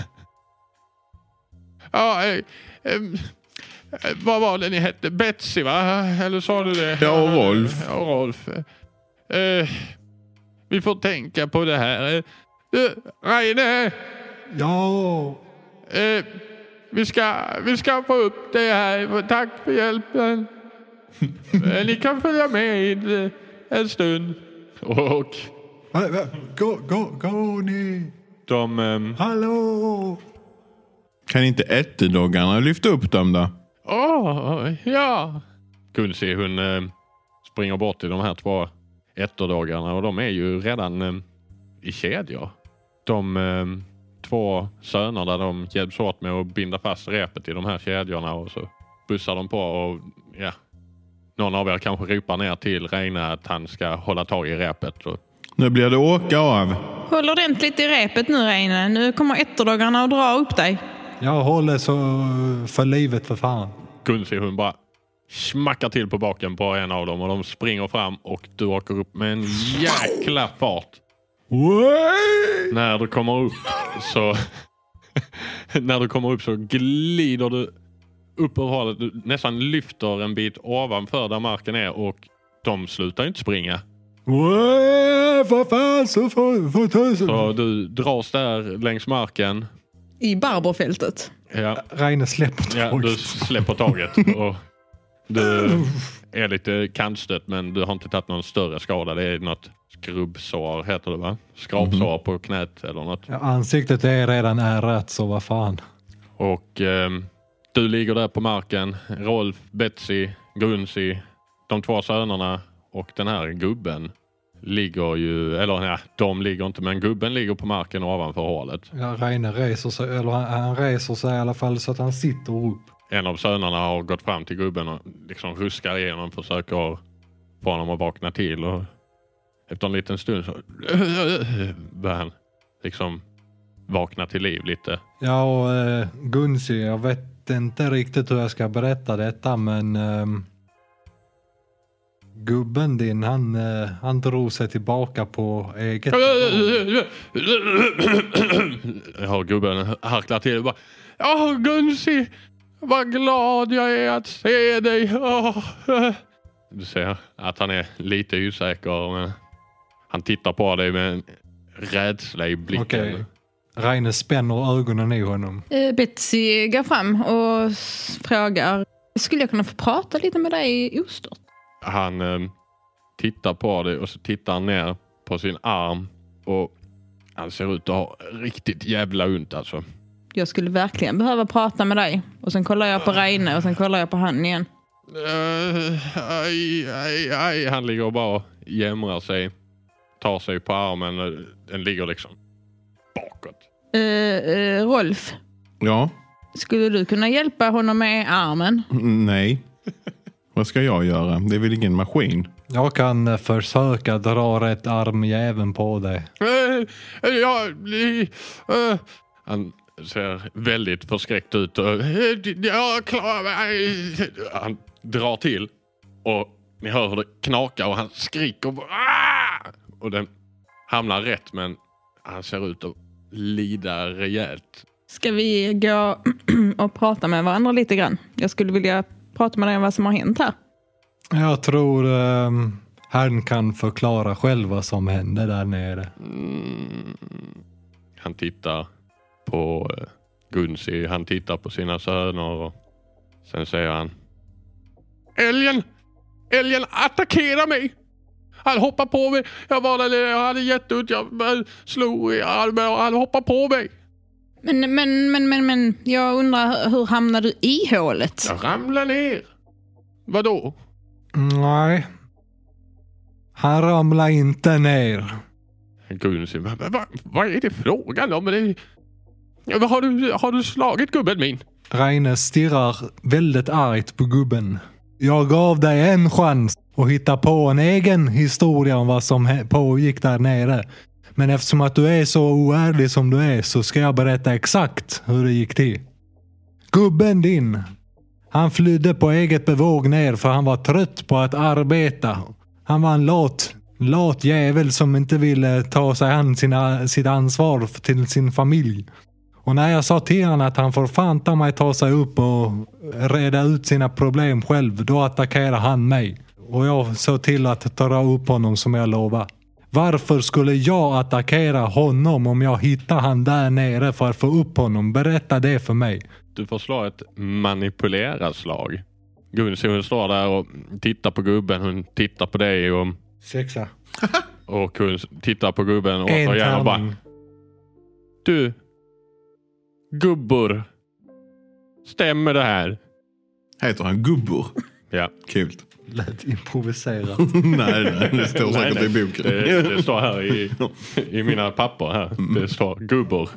Speaker 4: ja, eh, eh, vad var det ni hette? Betsy, va? Eller sa du det?
Speaker 5: Ja, och Rolf.
Speaker 4: Ja, och Rolf. Eh, vi får tänka på det här. Du, Reine,
Speaker 3: Ja.
Speaker 4: eh, vi, ska, vi ska få upp det här. Tack för hjälpen. Eh, ni kan följa med in en stund. Och
Speaker 3: Va- va- Gå, gå, gå ni.
Speaker 4: de... ehm,
Speaker 3: Hallå.
Speaker 5: Kan inte ättedoggarna lyfta upp dem då?
Speaker 4: Åh, ja. Gunsi, hon eh, springer bort till de här två etterdagarna och de är ju redan eh, i kedjor. De eh, två sönerna, de hjälps åt med att binda fast repet i de här kedjorna och så bussar de på och ja, någon av er kanske ropar ner till Reine att han ska hålla tag i repet. Och,
Speaker 5: Nu blir det åka av.
Speaker 6: Håll ordentligt i repet nu, Reine. Nu kommer ettordagarna att dra upp dig.
Speaker 3: Jag håller så för livet för fan.
Speaker 4: Gunsi, hon bara smackar till på baken på en av dem och de springer fram och du åker upp med en jäkla fart. När du kommer upp så när du kommer upp så glider du upp ur hålet. Du nästan lyfter en bit ovanför där marken är och de slutar inte springa.
Speaker 3: Vad fan så får för tusen.
Speaker 4: Så du dras där längs marken
Speaker 6: I barberfältet.
Speaker 4: Ja,
Speaker 3: Reine släpper
Speaker 4: ja,
Speaker 3: taget.
Speaker 4: du släpper taget. Och du är lite kantstött, men du har inte tagit någon större skada. Det är något skrubbsår heter det, va? Skrapsår på knät eller något.
Speaker 3: Ja, ansiktet är redan ärrat, så vad fan.
Speaker 4: Och eh, du ligger där på marken. Rolf, Betsy, Gunsi, de två sönerna och den här gubben ligger ju, eller ja, de ligger inte, men gubben ligger på marken ovanför hålet.
Speaker 3: Ja, Reine reser sig, eller han, han reser sig i alla fall så att han sitter upp.
Speaker 4: En av sönerna har gått fram till gubben och liksom ruskar igenom, försöker få honom att vakna till. Och efter en liten stund så börjar han liksom vakna till liv lite.
Speaker 3: Ja, och eh, Gunsi, jag vet inte riktigt hur jag ska berätta detta, men eh, gubben din, han, eh, han drog sig tillbaka på eget.
Speaker 4: Jag har gubben harklar till och bara, ja, Gunsi, vad glad jag är att se dig. Oh. Du ser att han är lite osäker, men han tittar på dig med en rädsla i blicken.
Speaker 3: Okej. Reine spänner ögonen i honom.
Speaker 6: Eh, Betsy går fram och s- frågar, skulle jag kunna få prata lite med dig ostört?
Speaker 4: Han eh, tittar på dig och så tittar han ner på sin arm och han ser ut att ha riktigt jävla ont alltså.
Speaker 6: Jag skulle verkligen behöva prata med dig. Och sen kollar jag på Reine och sen kollar jag på han igen.
Speaker 4: Uh, aj, aj, aj. Han ligger och bara jämrar sig. Tar sig på armen och den ligger liksom bakåt.
Speaker 6: Eh, eh, Rolf,
Speaker 5: Ja,
Speaker 6: skulle du kunna hjälpa honom med armen?
Speaker 5: nej. Vad ska jag göra? Det är väl ingen maskin?
Speaker 3: Jag kan eh, försöka dra rätt armjäveln på dig.
Speaker 4: Uh, ja, uh. Han ser väldigt förskräckt ut. Och, jag klarar mig. Han drar till och ni hör hur det knakar och han skriker. Ah! Och den hamnar rätt, men han ser ut att lida rejält.
Speaker 6: Ska vi gå och prata med varandra lite grann? Jag skulle vilja prata med dig om vad som har hänt här.
Speaker 3: Jag tror eh, han kan förklara själv vad som hände där nere.
Speaker 4: Mm. Han tittar på uh, Gunsi, han tittar på sina söner och sen säger han: Älgen! Älgen attackerar mig! Han hoppar på mig. Jag var där, jag hade jätteont, jag slog i armen och han hoppar på mig.
Speaker 6: Men, men, men, men, men, jag undrar, hur hamnade du i hålet?
Speaker 4: Jag ramlar ner. Vadå?
Speaker 3: Nej. Han ramlar inte ner.
Speaker 4: Gunsi, vad, vad, vad är det frågan om? Det, ja, har, du, har du slagit gubben min?
Speaker 3: Reine stirrar väldigt argt på gubben. Jag gav dig en chans att hitta på en egen historia om vad som he- pågick där nere. Men eftersom att du är så oärlig som du är så ska jag berätta exakt hur det gick till. Gubben din, han flydde på eget bevåg ner för han var trött på att arbeta. Han var en lat, lat jävel som inte ville ta sig an sina, sitt ansvar till sin familj. Och när jag sa till honom att han får fan ta mig ta sig upp och reda ut sina problem själv, då attackerade han mig. Och jag såg till att ta upp honom som jag lovade. Varför skulle jag attackera honom om jag hittar han där nere för att få upp honom? Berätta det för mig.
Speaker 4: Du får slå ett manipulera-slag. Gunsi, hon står där och tittar på gubben. Hon tittar på dig och...
Speaker 3: Sexa.
Speaker 4: Och hon tittar på gubben och
Speaker 3: En
Speaker 4: återigen och bara...
Speaker 3: tärning.
Speaker 4: Du... Gubbor. Stämmer det här?
Speaker 5: Heter han Gubbor?
Speaker 4: Ja.
Speaker 5: Kul.
Speaker 3: Lät improviserat.
Speaker 5: nej, nej, det står
Speaker 4: Nej,
Speaker 5: säkert
Speaker 4: nej.
Speaker 5: i boken.
Speaker 4: Det, det står här i, i mina papper här. Det står gubbor.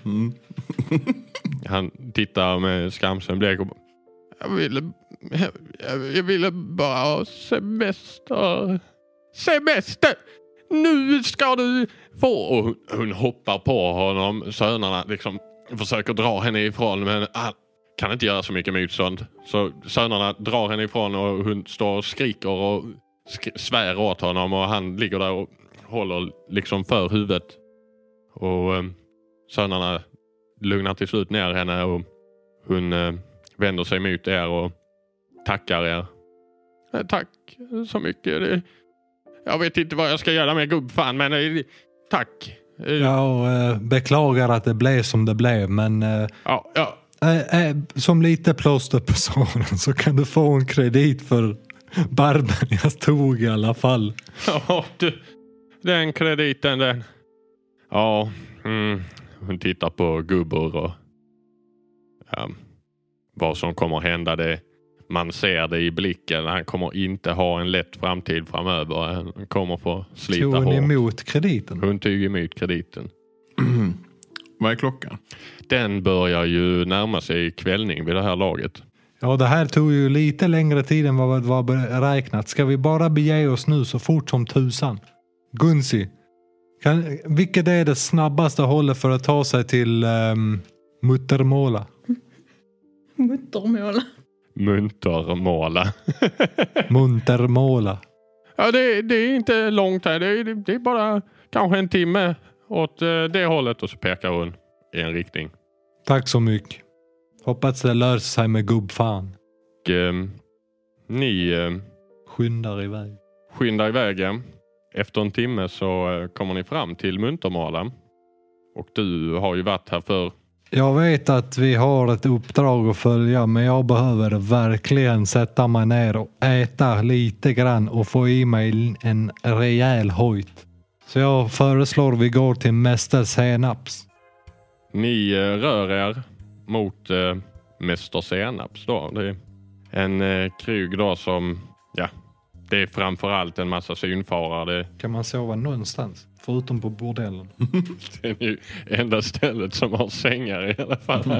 Speaker 4: Han tittar med skamsen blick och bara, jag ville, jag, jag ville bara ha semester. Semester! Nu ska du få... Och hon, hon hoppar på honom. Sönerna liksom försöker dra henne ifrån, men han kan inte göra så mycket motstånd. Så sönerna drar henne ifrån och hon står och skriker och sk- svär åt honom och han ligger där och håller liksom för huvudet. Och eh, sönerna lugnar till slut ner henne och hon eh, vänder sig mot er och tackar er. Eh, tack så mycket. Det, jag vet inte vad jag ska göra med gubbfan, men eh, tack. Eh,
Speaker 3: Jag eh, beklagar att det blev som det blev, men eh,
Speaker 4: Ja, ja.
Speaker 3: eh, eh, som lite plåster på såren så kan du få en kredit för barben jag tog i alla fall.
Speaker 4: Ja, du, den krediten, den. Ja, mm, hon tittar på gubbor och ja, vad som kommer hända. Det, man ser det i blicken. Han kommer inte ha en lätt framtid framöver. Han kommer få slita
Speaker 3: Tog
Speaker 4: hårt.
Speaker 3: hon emot krediten?
Speaker 4: Hon tog emot krediten.
Speaker 5: Vad är klockan?
Speaker 4: Den börjar ju närma sig kvällning vid det här laget.
Speaker 3: Ja, det här tog ju lite längre tid än vad var beräknat. Ska vi bara bege oss nu så fort som tusan? Gunsi, kan, vilket är det snabbaste hållet för att ta sig till um, Muttermåla?
Speaker 6: Muttermåla.
Speaker 4: Muntermåla.
Speaker 3: Muntermåla.
Speaker 4: Ja, det, det är inte långt här. Det är, det är bara kanske en timme åt det hållet och så pekar hon i en riktning.
Speaker 3: Tack så mycket. Hoppas det löser sig med gubbfan.
Speaker 4: Och, eh, ni eh,
Speaker 3: Skyndar iväg.
Speaker 4: skyndar iväg. Efter en timme så eh, kommer ni fram till Muntermåla. Och du har ju varit här för...
Speaker 3: Jag vet att vi har ett uppdrag att följa, men jag behöver verkligen sätta mig ner och äta lite grann och få i mig en rejäl hojt. Så jag föreslår vi går till Mäster Senaps.
Speaker 4: Ni eh, rör er mot eh, Mäster Senaps då. Det är en eh, krug då som, ja, det är framförallt en massa synfarare. Det,
Speaker 3: Kan man sova någonstans? Förutom på bordellen.
Speaker 4: det är ju enda stället som har sängar i alla fall här.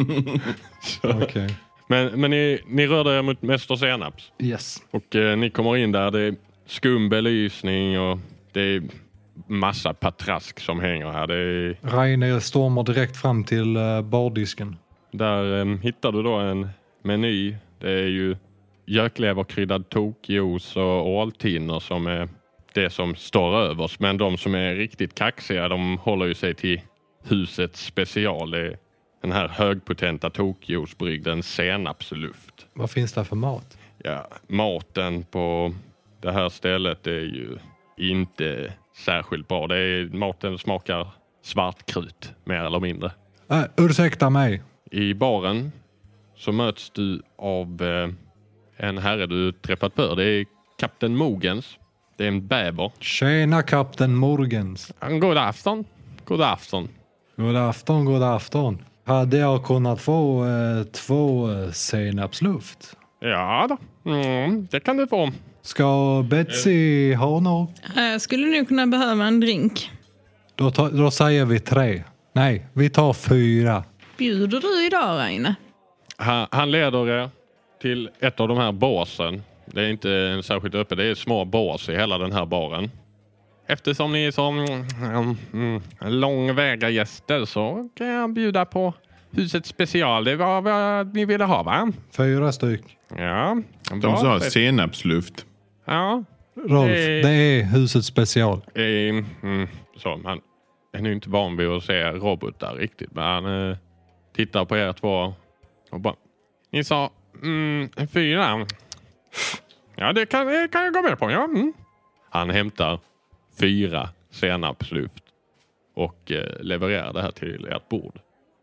Speaker 4: Så.
Speaker 3: Okej.
Speaker 4: Men, men ni, ni rör er mot Mäster Senaps.
Speaker 3: Yes.
Speaker 4: Och eh, ni kommer in där, det är skum belysning och det är massa patrask som hänger här. Det är,
Speaker 3: Rainer stormar direkt fram till uh, bardisken.
Speaker 4: där eh, hittar du då en meny. Det är ju gökleverkryddad tokjuice och åltinor som är det som står överst. Men de som är riktigt kaxiga, de håller ju sig till husets special. Det är den här högpotenta tokjuicebrygden senapsluft.
Speaker 3: Vad finns det för mat?
Speaker 4: Ja, maten på det här stället är ju inte särskilt bra. Det är, maten smakar svartkrut, mer eller mindre.
Speaker 3: Äh, ursäkta mig.
Speaker 4: I baren så möts du av eh, en herre du träffat för. Det är kapten Mogens. Det är en bäver.
Speaker 3: Tjena kapten Morgens.
Speaker 4: God afton. God afton.
Speaker 3: God afton, god afton. Hade jag kunnat få eh, två eh, senapsluft?
Speaker 4: Ja då. Mm, det kan du få.
Speaker 3: Ska Betsy ha något?
Speaker 6: Jag skulle nog kunna behöva en drink.
Speaker 3: Då, ta, då säger vi tre. Nej, vi tar fyra.
Speaker 6: Bjuder du idag, Raine?
Speaker 4: Han, han leder er till ett av de här båsen. Det är inte en särskilt öppet. Det är små bås i hela den här baren. Eftersom ni är som mm, mm, långväga gäster så kan jag bjuda på husets special. Det var vad ni ville ha, va?
Speaker 3: Fyra styck.
Speaker 4: Ja.
Speaker 5: De
Speaker 4: bra.
Speaker 5: sa senapsluft.
Speaker 4: Ja.
Speaker 3: Rolf,
Speaker 4: Det-
Speaker 3: det är husets special.
Speaker 4: Eh, mm, så, man är nu inte van vid att se robotar riktigt. Men han eh, tittar på er två och bara... Ni sa mm, fyra. Ja, det kan, det kan jag gå med på. Ja. Mm. Han hämtar fyra senapsluft och eh, levererar det här till ert bord.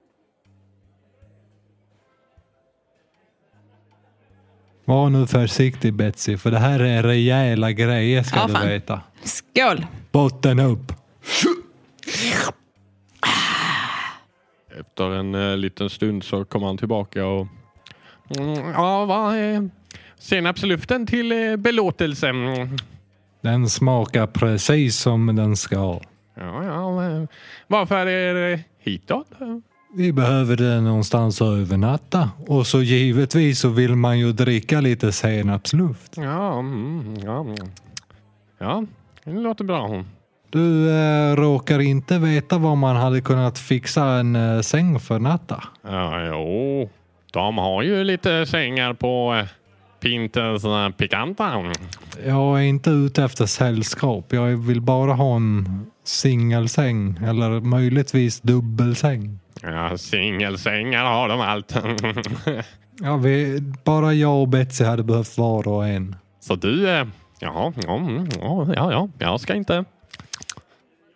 Speaker 3: Var nu försiktig Betsy, för det här är rejäla grejer ska
Speaker 6: Ja,
Speaker 3: du
Speaker 6: fan.
Speaker 3: veta.
Speaker 6: Skål!
Speaker 3: Botten upp.
Speaker 4: Efter en eh, liten stund så kommer han tillbaka och... Mm, ja, vad är senapsluften till eh, belåtelse? Mm.
Speaker 3: Den smakar precis som den ska.
Speaker 4: Ja, ja. eh, Varför är det hitåt?
Speaker 3: Vi behöver det någonstans att övernatta. Och så givetvis så vill man ju dricka lite senapsluft.
Speaker 4: Ja, mm, ja. mm. Ja, det låter bra.
Speaker 3: Du äh, råkar inte veta var man hade kunnat fixa en äh, säng för natta?
Speaker 4: Ja, jo. De har ju lite sängar på eh, Pintens eh, pikanta.
Speaker 3: Jag är inte ute efter sällskap. Jag vill bara ha en singelsäng. Eller möjligtvis dubbelsäng.
Speaker 4: Ja, singelsängar har de allt.
Speaker 3: Ja, vi, bara jag och Betsy hade behövt var och en.
Speaker 4: Så du, eh, ja, ja, mm, ja, ja, ja, jag ska inte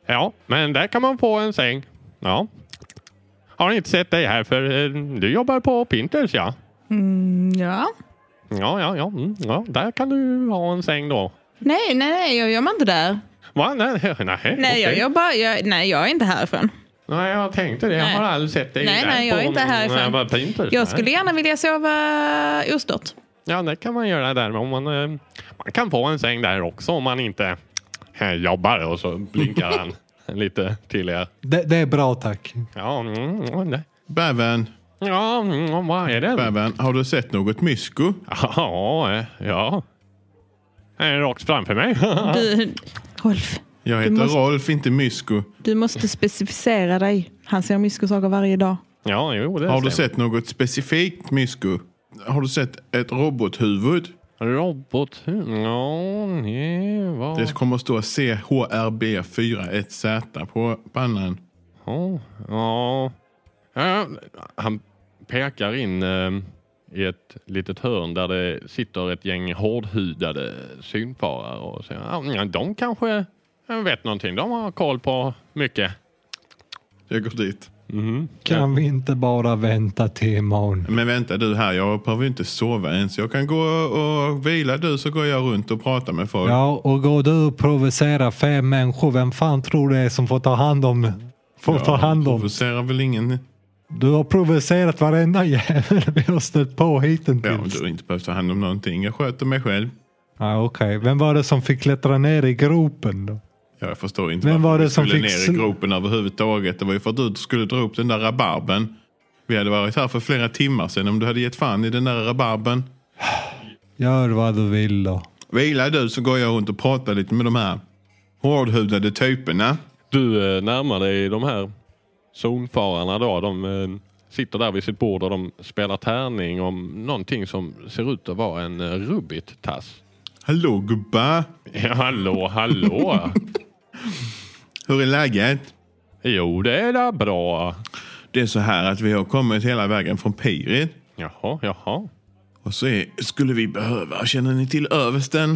Speaker 4: Ja, men där kan man få en säng. Ja. Har ni inte sett dig här för du jobbar på Pinters, ja?
Speaker 6: Mm, ja.
Speaker 4: Ja, ja, ja. Mm, ja. Där kan du ha en säng då.
Speaker 6: Nej, nej, nej, jag jobbar inte där.
Speaker 4: Va? Nej, nej, nej,
Speaker 6: nej, jag jobbar, jag, nej, jag är inte härifrån.
Speaker 4: Nej, jag tänkte det. Jag
Speaker 6: nej.
Speaker 4: har aldrig sett dig
Speaker 6: nej,
Speaker 4: där
Speaker 6: nej, jag är
Speaker 4: på,
Speaker 6: inte härifrån.
Speaker 4: Äh, Pinters,
Speaker 6: jag skulle gärna vilja sova ostört.
Speaker 4: Ja, det kan man göra där. Om man, man kan få en säng där också om man inte jobbar. Och så blinkar han lite till er.
Speaker 3: Det, det är bra, tack.
Speaker 4: Ja, mm, det.
Speaker 5: Bäven.
Speaker 4: Ja, mm, vad är det?
Speaker 5: Bäven, har du sett något mysko?
Speaker 4: Ja, ja. Är det rakt framför mig?
Speaker 6: Du, Rolf.
Speaker 5: Jag heter
Speaker 6: måste,
Speaker 5: Rolf, inte mysko.
Speaker 6: Du måste specificera dig. Han ser myskosaker varje dag.
Speaker 4: Ja, jo, det
Speaker 5: har du
Speaker 4: stämmer.
Speaker 5: sett något specifikt mysko? Har du sett ett robothuvud?
Speaker 4: Robothuvud? Ja, nej, vad?
Speaker 5: Det kommer att stå C H R B fyra ett Z på pannan.
Speaker 4: Ja, ja. ja. Han pekar in eh, i ett litet hörn där det sitter ett gäng hårdhudade synfarare och säger, ja, de kanske vet någonting. De har koll på mycket.
Speaker 5: Jag går dit.
Speaker 4: Mm-hmm.
Speaker 3: Kan
Speaker 4: ja.
Speaker 3: vi inte bara vänta till imorgon?
Speaker 5: Men vänta du här, jag behöver inte sova ens. Jag kan gå och vila du, så går jag runt och pratar med folk.
Speaker 3: Ja, och går du och provocerar fem människor, vem fan tror det är som får ta hand om får
Speaker 5: ja,
Speaker 3: ta hand om?
Speaker 5: provocerar väl ingen.
Speaker 3: Du har provocerat varenda jävel vi har stött på hittills.
Speaker 5: Ja, du har inte behövt ta hand om någonting. Jag sköter mig själv.
Speaker 3: Ja, okej. Okay. Vem var det som fick klättra ner i gropen då?
Speaker 5: Ja, jag förstår inte
Speaker 3: Vem
Speaker 5: varför
Speaker 3: var det
Speaker 5: vi
Speaker 3: som
Speaker 5: skulle
Speaker 3: fick
Speaker 5: ner i
Speaker 3: sl-
Speaker 5: gropen överhuvudtaget. Det var ju för att du skulle dra upp den där rabarben. Vi hade varit här för flera timmar sedan om du hade gett fan i den där rabarben.
Speaker 3: Gör vad du vill då.
Speaker 5: Vila du, så går jag runt och pratar lite med de här hårdhudade typerna.
Speaker 4: Du eh, närmar dig de här zonfararna då. De eh, sitter där vid sitt bord och de spelar tärning om någonting som ser ut att vara en eh, rubbit-tass.
Speaker 5: Hallå gubba.
Speaker 4: Ja, hallå, hallå.
Speaker 5: Hur är läget?
Speaker 4: Jo, det är där bra.
Speaker 5: Det är så här att vi har kommit hela vägen från Pirit.
Speaker 4: Jaha, jaha.
Speaker 5: Och så är, skulle vi behöva, känner ni till översten?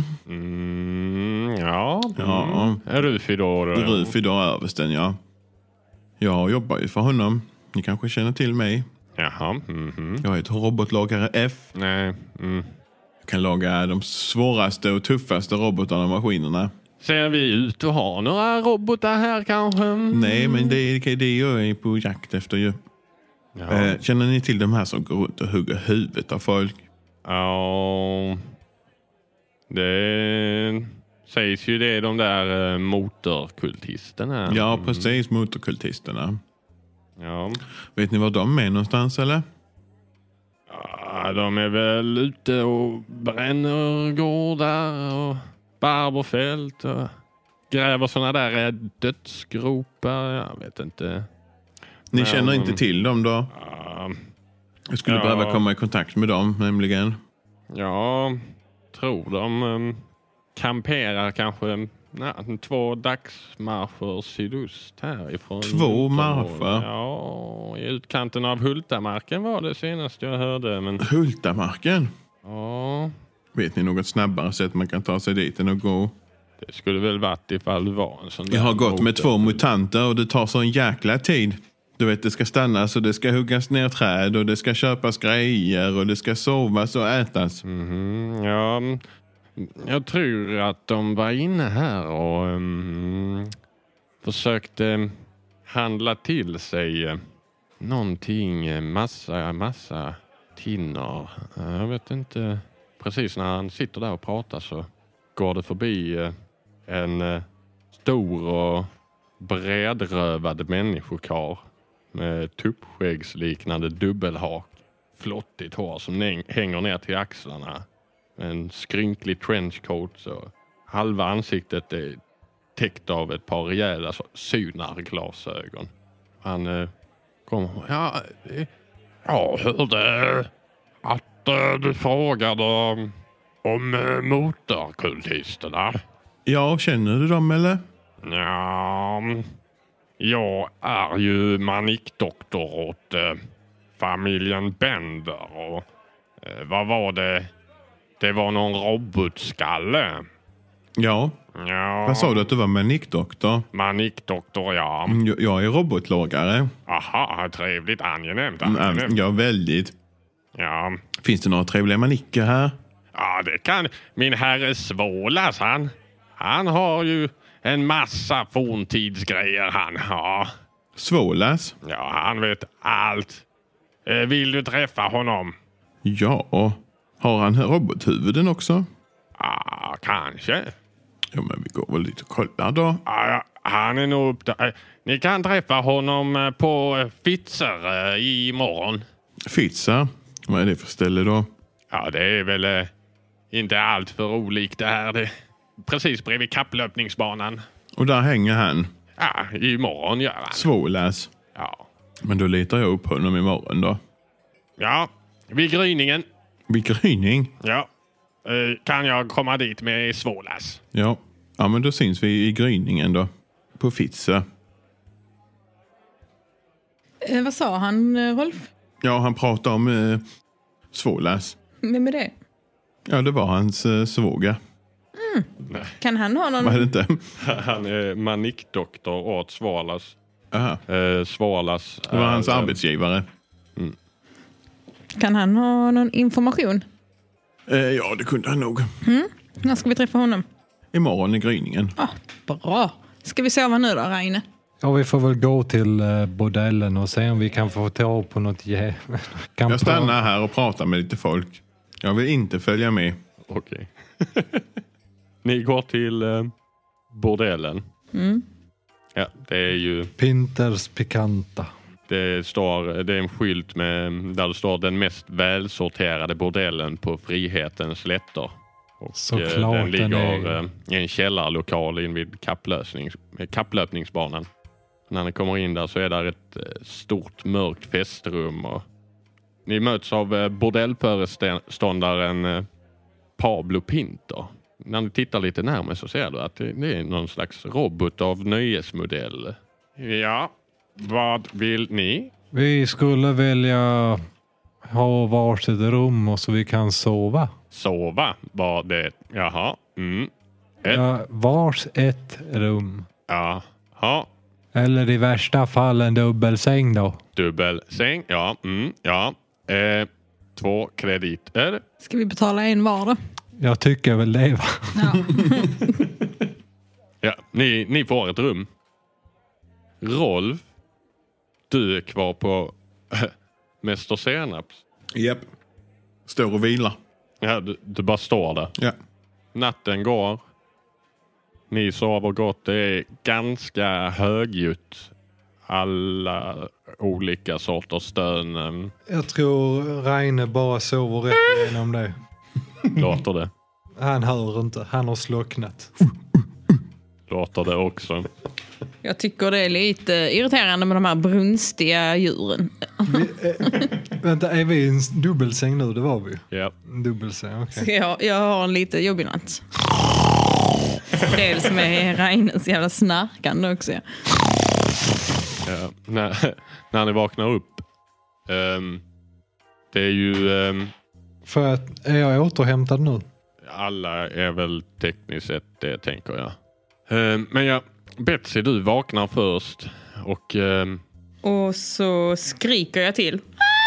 Speaker 4: Mm, ja.
Speaker 5: Ja.
Speaker 4: Mm. Rufidor.
Speaker 5: Rufidor översten, ja. Jag jobbar ju för honom. Ni kanske känner till mig.
Speaker 4: Jaha. Mm-hmm.
Speaker 5: Jag är ett robotlagare F.
Speaker 4: Nej. Mm.
Speaker 5: Jag kan laga de svåraste och tuffaste robotarna och maskinerna.
Speaker 4: Ser vi ut att ha några robotar här kanske? Mm.
Speaker 5: Nej, men det är det jag är på jakt efter ju.
Speaker 4: Ja.
Speaker 5: Eh, känner ni till de här som går runt och hugger huvudet av folk?
Speaker 4: Ja. Det sägs ju det är de där eh, motorkultisterna.
Speaker 5: Ja, precis. Motorkultisterna.
Speaker 4: Ja.
Speaker 5: Vet ni var de är någonstans, eller?
Speaker 4: Ja, de är väl ute och bränner gårdar och barberfält och gräver såna där dödsgropar. Jag vet inte.
Speaker 5: Ni
Speaker 4: Men,
Speaker 5: känner inte till dem då?
Speaker 4: Ja,
Speaker 5: Jag skulle
Speaker 4: ja.
Speaker 5: behöva komma i kontakt med dem, nämligen.
Speaker 4: ja tror de um, kamperar kanske na, två dagsmarscher sydost härifrån.
Speaker 5: Två marscher?
Speaker 4: Ja, i utkanten av Hultamarken var det senast jag hörde. Men
Speaker 5: Hultamarken?
Speaker 4: ja,
Speaker 5: Vet ni något snabbare sätt man kan ta sig dit än att gå?
Speaker 4: det skulle väl varit ifall det var en sån
Speaker 5: Jag har
Speaker 4: där
Speaker 5: gått med
Speaker 4: motor-
Speaker 5: två mutanter och det tar så en jäkla tid. Du vet, det ska stannas och det ska huggas ner träd och det ska köpas grejer och det ska sovas och ätas.
Speaker 4: Mhm, ja, jag tror att de var inne här och um, försökte handla till sig uh, någonting, massa, massa tinner. Uh, jag vet inte, precis när han sitter där och pratar så går det förbi uh, en uh, stor och bredrövad människokar med tuppskäggsliknande dubbelhak, flottigt hår som ne- hänger ner till axlarna. En skrynklig trenchcoat så halva ansiktet är täckt av ett par rejäla synarglasögon. Han eh, kommer. Ja, eh, jag hörde att eh, du frågade om, om eh, motorkultisterna.
Speaker 5: Ja, känner du dem eller?
Speaker 4: Ja, jag är ju manikdoktor åt eh, familjen Bender och eh, vad var det? Det var någon robotskalle.
Speaker 5: Ja,
Speaker 4: Ja.
Speaker 5: Vad sa du att du var manikdoktor?
Speaker 4: Manikdoktor, ja.
Speaker 5: Mm, Jag, jag är robotlagare.
Speaker 4: Aha, trevligt, angenämt,
Speaker 5: Mm,
Speaker 4: angenämt.
Speaker 5: Ja, väldigt.
Speaker 4: Ja.
Speaker 5: Finns det några trevliga manicker här?
Speaker 4: Ja, det kan min herre Svålas, han. Han har ju en massa forntidsgrejer, han. Ja,
Speaker 5: Svålas?
Speaker 4: ja han vet allt. Eh, Vill du träffa honom?
Speaker 5: Ja. Har han robothuvuden också?
Speaker 4: Ja, kanske.
Speaker 5: Ja, men vi går väl lite och kollar då.
Speaker 4: Ja, ja, han är nog upp där. Eh, Ni kan träffa honom eh, på eh, Fitzer eh, imorgon.
Speaker 5: Fitza? Vad är det för ställe då?
Speaker 4: Ja, det är väl eh, inte allt för olikt det här. Det, precis bredvid kapplöpningsbanan.
Speaker 5: Och där hänger han.
Speaker 4: Ja, imorgon gör han.
Speaker 5: Svålas.
Speaker 4: Ja,
Speaker 5: Men då letar jag upp honom imorgon då.
Speaker 4: ja vid gryningen.
Speaker 5: Vid gryning?
Speaker 4: Ja, eh, kan jag komma dit med Svålas?
Speaker 5: Ja. Ja, men då syns vi i gryningen då. På Fitza.
Speaker 6: Eh, vad sa han, eh, Rolf?
Speaker 5: Ja, han pratar om eh, Svålas.
Speaker 6: Vem är det?
Speaker 5: Ja, det var hans eh, svåger.
Speaker 6: Kan han ha någon...
Speaker 5: Var det inte?
Speaker 4: Han är manikdoktor åt Svalas.
Speaker 5: Aha.
Speaker 4: Eh, Svalas.
Speaker 5: Det var hans
Speaker 4: är,
Speaker 5: arbetsgivare.
Speaker 6: Kan han ha någon information?
Speaker 5: Eh, ja, det kunde han nog.
Speaker 6: När ska vi träffa honom?
Speaker 5: Imorgon i gryningen.
Speaker 6: Ah, bra. Ska vi sova nu då, Reine?
Speaker 3: Ja, vi får väl gå till eh, bordellen och se om vi kan få tag på något jä... kan
Speaker 5: Jag stannar här och pratar med lite folk. Jag vill inte följa med.
Speaker 4: Okej. Ni går till eh, bordellen.
Speaker 6: Mm.
Speaker 4: Ja, det är ju...
Speaker 3: Pinters Pikanta.
Speaker 4: Det står, det är en skylt med, där det står den mest välsorterade bordellen på Frihetens slätter. Och
Speaker 3: Såklart
Speaker 4: eh, den
Speaker 3: den
Speaker 4: ligger
Speaker 3: är-
Speaker 4: eh, i en källarlokal in vid kapplösning, kapplöpningsbanan. När ni kommer in där så är där ett eh, stort mörkt festrum. Och ni möts av eh, bordellföreståndaren eh, Pablo Pinto. När ni tittar lite närmare så ser du att det, det är någon slags robot av nöjesmodell. Ja, vad vill ni?
Speaker 3: Vi skulle vilja ha varsitt rum och så vi kan sova.
Speaker 4: Sova var det. Jaha. Mm. Ett.
Speaker 3: Ja, vars ett rum.
Speaker 4: Jaha.
Speaker 3: Eller i värsta fall en dubbelsäng då.
Speaker 4: Dubbelsäng. Ja. Mm. Ja. Eh, två krediter.
Speaker 6: Ska vi betala en var då?
Speaker 3: Jag tycker väl det, va?
Speaker 6: Ja.
Speaker 4: Ja. Ni, ni får ett rum. Rolf. Du är kvar på äh, Mäster Senaps.
Speaker 5: Japp. Står och vilar.
Speaker 4: Ja, du, du bara står där.
Speaker 5: Ja.
Speaker 4: Natten går. Ni sover gott. Det är ganska högljutt. Alla olika sorters stön.
Speaker 3: Jag tror Reine bara sover rätt igenom det.
Speaker 4: Låter det.
Speaker 3: Han hör inte. Han har slocknat.
Speaker 4: Låter det också.
Speaker 6: Jag tycker det är lite irriterande med de här brunstiga djuren.
Speaker 3: Vi, eh, vänta, är vi i en dubbelsäng nu? Det var vi.
Speaker 4: Ja.
Speaker 3: En dubbelsäng, okej.
Speaker 6: Så jag, jag har en lite jobbig natt. Dels med Reines jävla snarkande också.
Speaker 4: Ja. När, när ni vaknar upp. Um, det är ju... Um,
Speaker 3: För att, är jag återhämtad nu?
Speaker 4: alla är väl tekniskt sett det, tänker jag. Um, men ja, Betsy, du vaknar först. Och... Um,
Speaker 6: Och så skriker jag till.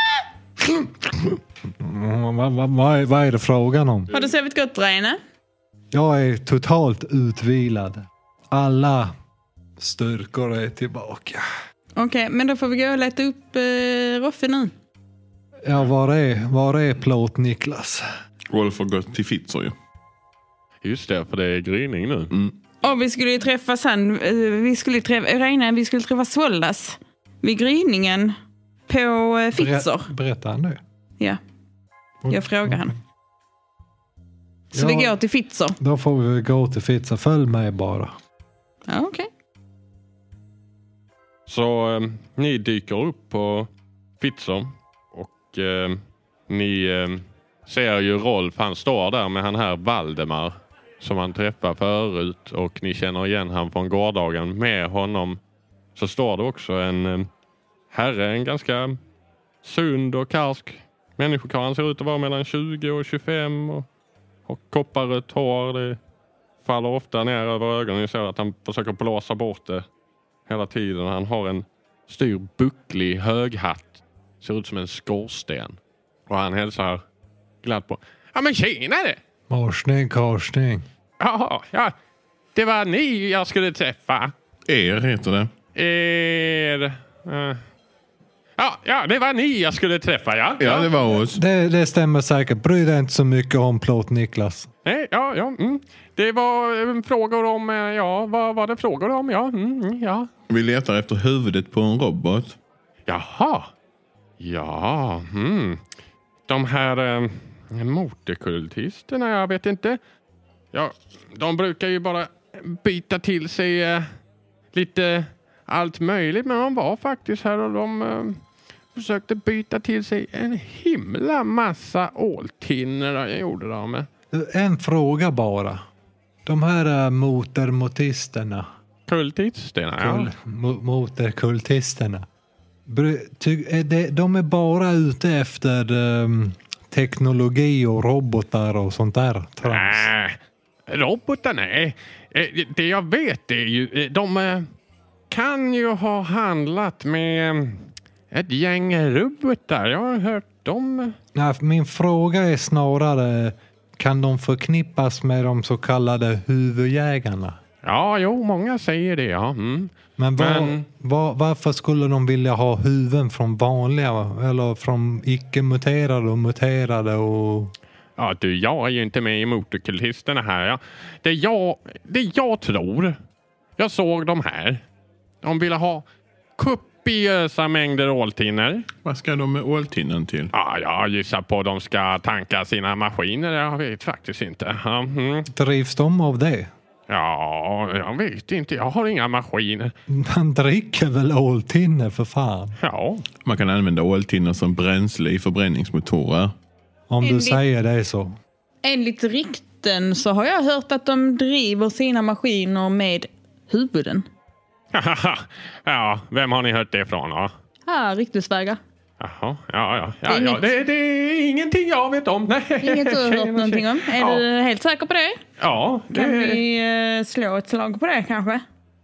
Speaker 3: Mm, vad, vad, vad, är, vad är det frågan om?
Speaker 6: Har du sovit gott, Reine?
Speaker 3: Jag är totalt utvilad. Alla styrkor är tillbaka.
Speaker 6: Okej, okay, men då får vi gå och leta upp eh, Roffe nu.
Speaker 3: Ja, var är, var är plåt Niklas?
Speaker 5: Rolf har gått till Fitzer ju.
Speaker 4: just det, för det är gryning nu.
Speaker 5: Mm.
Speaker 6: Och vi skulle ju träffa sen, eh, vi skulle träffa, Reine, vi skulle träffa Svåldas vid gryningen på eh, Fitzer.
Speaker 3: Berä, berättar han det?
Speaker 6: Ja, jag frågar han. Så
Speaker 3: Ja.
Speaker 6: vi går till Fitzer.
Speaker 3: Då får vi gå till Fitzer. Följ mig bara.
Speaker 6: Ja, okej. Okay.
Speaker 4: Så eh, ni dyker upp på Fitzer och eh, ni eh, ser ju Rolf, han står där med han här Valdemar som han träffade förut och ni känner igen han från gårdagen. Med honom så står det också en eh, herre, en ganska sund och karsk människokarl. Han ser ut att vara mellan tjugo och tjugofem och har kopparrött hår. Det är faller ofta ner över ögonen. Ni ser att han försöker blåsa bort det hela tiden. Han har en styr bucklig höghatt. Ser ut som en skorsten. Och han hälsar glatt på. Ja men tjenare!
Speaker 3: Korsning, korsning.
Speaker 4: Jaha, ja. Det var ni jag skulle träffa.
Speaker 5: Er heter det.
Speaker 4: Er... Uh. Ja, ja, det var ni jag skulle träffa, ja.
Speaker 5: Ja, det var oss.
Speaker 3: Det, det stämmer säkert. Bry dig inte så mycket om plåt, Niklas.
Speaker 4: Nej, ja, ja. Mm. Det var um, frågor om... Ja, vad var det frågor om? Ja, mm, ja.
Speaker 5: Vi letar efter huvudet på en robot.
Speaker 4: Jaha. Ja, mm. De här um, motorkultisterna, jag vet inte. Ja, de brukar ju bara byta till sig uh, lite allt möjligt. Men de var faktiskt här och de uh, försökte byta till sig en himla massa åltinner. Jag gjorde de med.
Speaker 3: En fråga bara. De här uh, motormotisterna.
Speaker 4: Kultisterna, ja.
Speaker 3: Kul, mo- motorkultisterna. Bry, ty, är det, de är bara ute efter um, teknologi och robotar och sånt där. Trans.
Speaker 4: Nej, robotarna är... Det jag vet är ju... De kan ju ha handlat med ett gäng robotar. Jag har hört dem.
Speaker 3: Nej, min fråga är snarare... Kan de förknippas med de så kallade huvudjägarna?
Speaker 4: Ja, jo, många säger det, ja. Mm.
Speaker 3: Men, var,
Speaker 4: Men...
Speaker 3: Var, varför skulle de vilja ha huvuden från vanliga eller från icke-muterade och muterade och...
Speaker 4: Ja, du, jag är ju inte med i motorkultisterna här. Ja. Det, jag, det jag tror, jag såg de här. De ville ha kopiösa mängder åltinner.
Speaker 5: Vad ska de med åltinnen till?
Speaker 4: Ja, jag gissar på att de ska tanka sina maskiner. Jag vet faktiskt inte. Mm.
Speaker 3: Drivs de av det?
Speaker 4: Ja, jag vet inte. Jag har inga maskiner.
Speaker 3: Man dricker väl åltinne för fan?
Speaker 4: Ja.
Speaker 5: Man kan använda åltinner som bränsle i förbränningsmotorer.
Speaker 3: Om du
Speaker 6: Enligt-
Speaker 3: säger det så.
Speaker 6: Enligt rykten så har jag hört att de driver sina maskiner med huvuden.
Speaker 4: Ja, vem har ni hört det ifrån då?
Speaker 6: Ah, ryktesvägar.
Speaker 4: Jaha, ja, ja.
Speaker 6: Det är
Speaker 4: ja, ja.
Speaker 6: inget-
Speaker 4: Det, det är ingenting jag vet om. Nej.
Speaker 6: Inget du har hört
Speaker 4: Tjena,
Speaker 6: någonting om? Är
Speaker 4: ja.
Speaker 6: du helt säker på det?
Speaker 4: Ja, det
Speaker 6: Kan vi uh, slå ett slag på det kanske?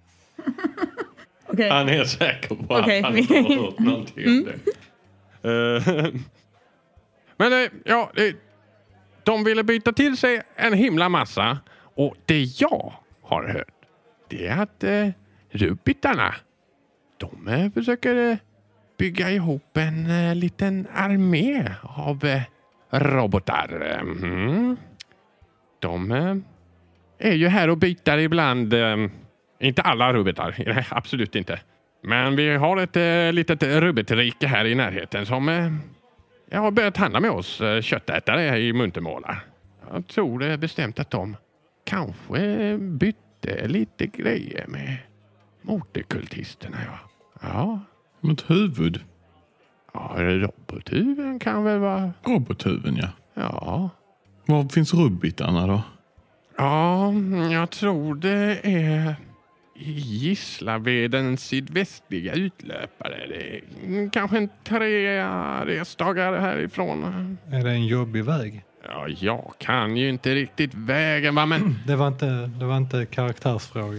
Speaker 6: Okej.
Speaker 4: Han är säker på
Speaker 6: Okej,
Speaker 4: att han
Speaker 6: vi-
Speaker 4: har hört någonting om det. Eh, Men eh, ja, eh, de ville byta till sig en himla massa. Och det jag har hört, det är att eh, rubitarna, de eh, försöker eh, bygga ihop en eh, liten armé av eh, robotar. Mm. De eh, är ju här och byter ibland. Eh, inte alla rubitar, nej, absolut inte. Men vi har ett eh, litet rubitrike här i närheten som eh, jag har börjat handla med oss eh, köttätare i Muntermåla. Jag tror det är bestämt att de kanske bytte lite grejer med motorkultisterna. Ja, ja,
Speaker 5: Mot huvud.
Speaker 4: ja robothuvuden kan väl vara...
Speaker 5: Robothuven, ja.
Speaker 4: Ja.
Speaker 5: Var finns rubitarna då?
Speaker 4: Ja, jag tror det är i Gislavedens sydvästliga utlöpare. Det är kanske en tre resdagar härifrån.
Speaker 3: Är det en jobbig väg?
Speaker 4: Ja, jag kan ju inte riktigt vägen, va, men...
Speaker 3: Det var inte, det var inte karaktärsfråga.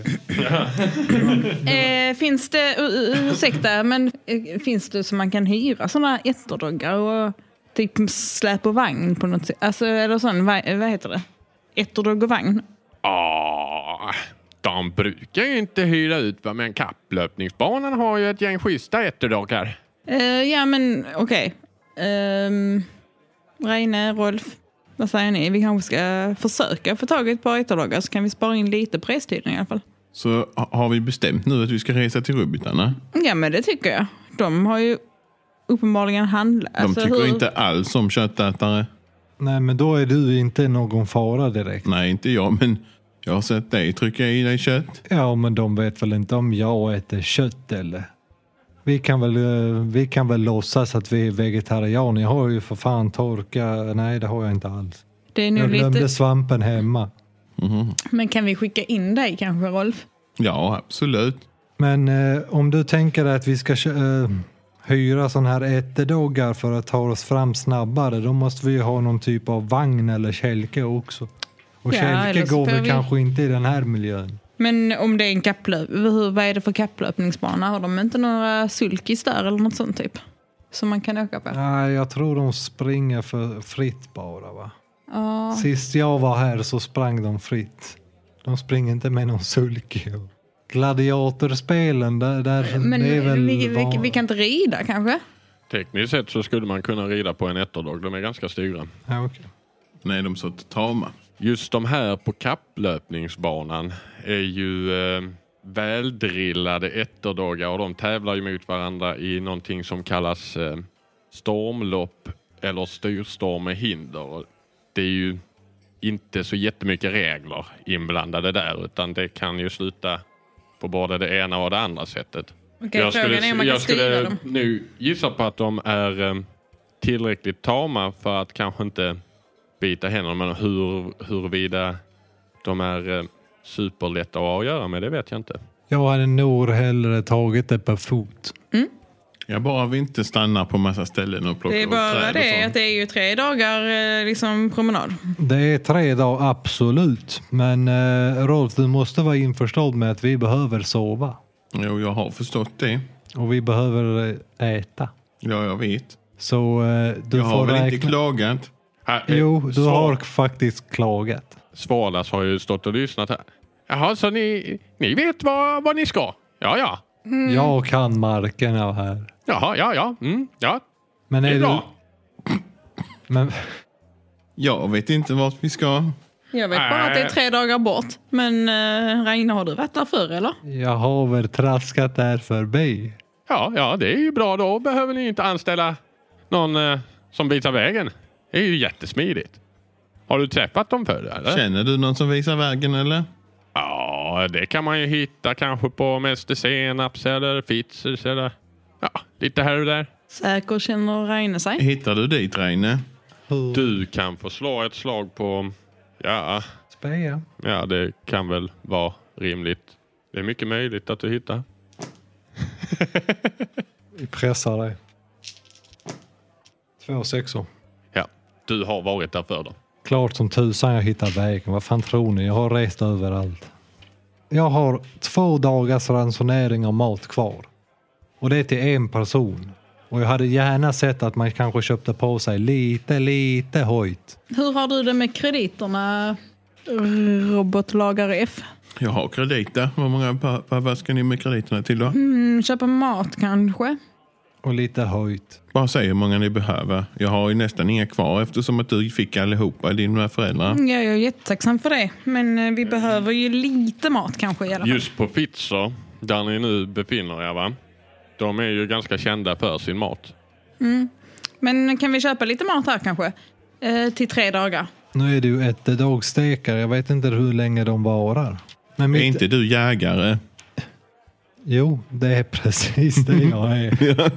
Speaker 6: Eh, finns det, uh, uh, ursäkta, men eh, finns det så man kan hyra sådana etterdoggar och typ släp och vagn på något sätt? Alltså, eller sån, vad, vad heter det? Etterdogg och vagn?
Speaker 4: Ja, de brukar ju inte hyra ut, va, men kapplöpningsbanan har ju ett gäng schyssta etterdagar.
Speaker 6: Eh, ja, men okej. Okay. Um, Reine, Rolf, vad säger ni? Vi kanske ska försöka få tag i ett par etterdoggar så kan vi spara in lite på restiden i alla fall.
Speaker 5: Så ha- har vi bestämt nu att vi ska resa till rubitarna?
Speaker 6: Ja, men det tycker jag. De har ju uppenbarligen handlat.
Speaker 5: De tycker inte alls om köttätare.
Speaker 3: Nej, men då är du inte någon fara direkt.
Speaker 5: Nej, inte jag, men jag har sett dig trycka i dig kött.
Speaker 3: Ja, men de vet väl inte om jag äter kött eller... Vi kan väl, eh, vi kan väl låtsas att vi är vegetarianer. Jag har ju för fan torka... Nej, det har jag inte alls.
Speaker 6: Det är nog
Speaker 3: Jag glömde
Speaker 6: lite...
Speaker 3: svampen hemma.
Speaker 5: Mhm.
Speaker 6: Men kan vi skicka in dig kanske, Rolf?
Speaker 5: Ja, absolut.
Speaker 3: Men eh, om du tänker att vi ska eh, hyra sån här etterdoggar för att ta oss fram snabbare, då måste vi ju ha någon typ av vagn eller kälke också. Och
Speaker 6: Ja,
Speaker 3: kälke
Speaker 6: eller så
Speaker 3: går
Speaker 6: får
Speaker 3: väl
Speaker 6: vi-
Speaker 3: kanske inte i den här miljön.
Speaker 6: Men om det är en kapplöp, hur, vad är det för kapplöpningsbana? Har de inte några sulkis där eller något sånt typ? Som man kan åka på?
Speaker 3: Nej, jag tror de springer för fritt bara, va?
Speaker 6: Ja.
Speaker 3: Sist jag var här så sprang de fritt. De springer inte med någon sulke. Gladiatorspelen, där, där
Speaker 6: Men
Speaker 3: det är väl
Speaker 6: vi, vi,
Speaker 3: van-
Speaker 6: vi kan inte rida kanske?
Speaker 4: Tekniskt sett så skulle man kunna rida på en etterdog. De är ganska stora.
Speaker 3: Ja, okej.
Speaker 5: Nej, de är så tama.
Speaker 4: Just de här på kapplöpningsbanan är ju eh, väldrillade etterdoggar och de tävlar ju mot varandra i någonting som kallas eh, stormlopp eller styrstorm med hinder. Och det är ju inte så jättemycket regler inblandade där, utan det kan ju sluta på både det ena och det andra sättet.
Speaker 6: Okej,
Speaker 4: jag
Speaker 6: frågan är om man kan
Speaker 4: jag
Speaker 6: styra
Speaker 4: skulle
Speaker 6: dem.
Speaker 4: nu gissa på att de är eh, tillräckligt tama för att kanske inte bita händerna, men hur, huruvida de är eh, superlätta att ha att göra med, det vet jag inte.
Speaker 3: Jag hade nog hellre tagit det på fot.
Speaker 5: Jag bara vill inte stanna på massa ställen och plocka
Speaker 6: Det är
Speaker 5: upp
Speaker 6: bara
Speaker 5: träd och
Speaker 6: det
Speaker 5: sånt.
Speaker 6: att det är ju tre dagar eh, liksom promenad.
Speaker 3: Det är tre dagar, absolut. Men eh, Rolf, du måste vara införstådd med att vi behöver sova.
Speaker 5: Jo, jag har förstått det.
Speaker 3: Och vi behöver eh, äta.
Speaker 5: Ja, jag vet.
Speaker 3: Så eh, du
Speaker 5: jag
Speaker 3: får
Speaker 5: har väl
Speaker 3: räkna...
Speaker 5: inte klagat.
Speaker 4: Här, eh,
Speaker 3: Jo, du
Speaker 4: Sval-
Speaker 3: har faktiskt klagat.
Speaker 4: Svalas har ju stått och lyssnat här. Jaha, så ni, ni vet vad, vad ni ska? Ja, ja.
Speaker 3: Jag kan markerna här.
Speaker 4: Jaha, ja, ja. Mm, ja,
Speaker 3: Men
Speaker 4: det
Speaker 3: är
Speaker 4: är bra.
Speaker 3: du... Men
Speaker 5: Jag vet inte vart vi ska.
Speaker 6: Jag vet bara att det är tre dagar bort. Men eh, Reine, har du varit där förr eller?
Speaker 3: jag har väl traskat där förbi.
Speaker 4: Ja, ja, det är ju bra. Då behöver ni inte anställa någon eh, som visar vägen. Det är ju jättesmidigt. Har du träffat dem förr, eller?
Speaker 5: Känner du någon som visar vägen eller?
Speaker 4: Ja, det kan man ju hitta kanske på Mäster Senaps eller Fitzers eller... Ja, lite här och där.
Speaker 6: Säker känner Reine sig.
Speaker 5: Hittar du dit, Reine?
Speaker 4: Du kan få slå ett slag på... Ja,
Speaker 3: Speja.
Speaker 4: ja, det kan väl vara rimligt. Det är mycket möjligt att du hittar.
Speaker 3: Vi pressar dig. Två sexor.
Speaker 4: Ja, du har varit där för då.
Speaker 3: Klart som tusan jag hittar vägen. Vad fan tror ni? Jag har rest överallt. Jag har två dagars ransonering av mat kvar. Och det är till en person. Och jag hade gärna sett att man kanske köpte på sig lite, lite höjt.
Speaker 6: Hur har du det med krediterna, robotlagare F?
Speaker 5: Jag har krediter. Vad många pa- pa- vad ska ni med krediterna till då?
Speaker 6: Mm, köpa mat kanske?
Speaker 3: Och lite höjt.
Speaker 5: Bara säg hur många ni behöver. Jag har ju nästan inga kvar eftersom att du fick allihopa dina föräldrar.
Speaker 6: Ja, jag är jättetacksam för det. Men eh, vi behöver ju lite mat kanske i alla fall.
Speaker 4: Just på Fitzer, där ni nu befinner er, va? De är ju ganska kända för sin mat.
Speaker 6: Men kan vi köpa lite mat här kanske? Eh, till tre dagar.
Speaker 3: Nu är det ju ett dagstekare. Jag vet inte hur länge de varar. Men
Speaker 5: Är
Speaker 3: mitt...
Speaker 5: inte du jägare?
Speaker 3: Jo, det är precis det jag är.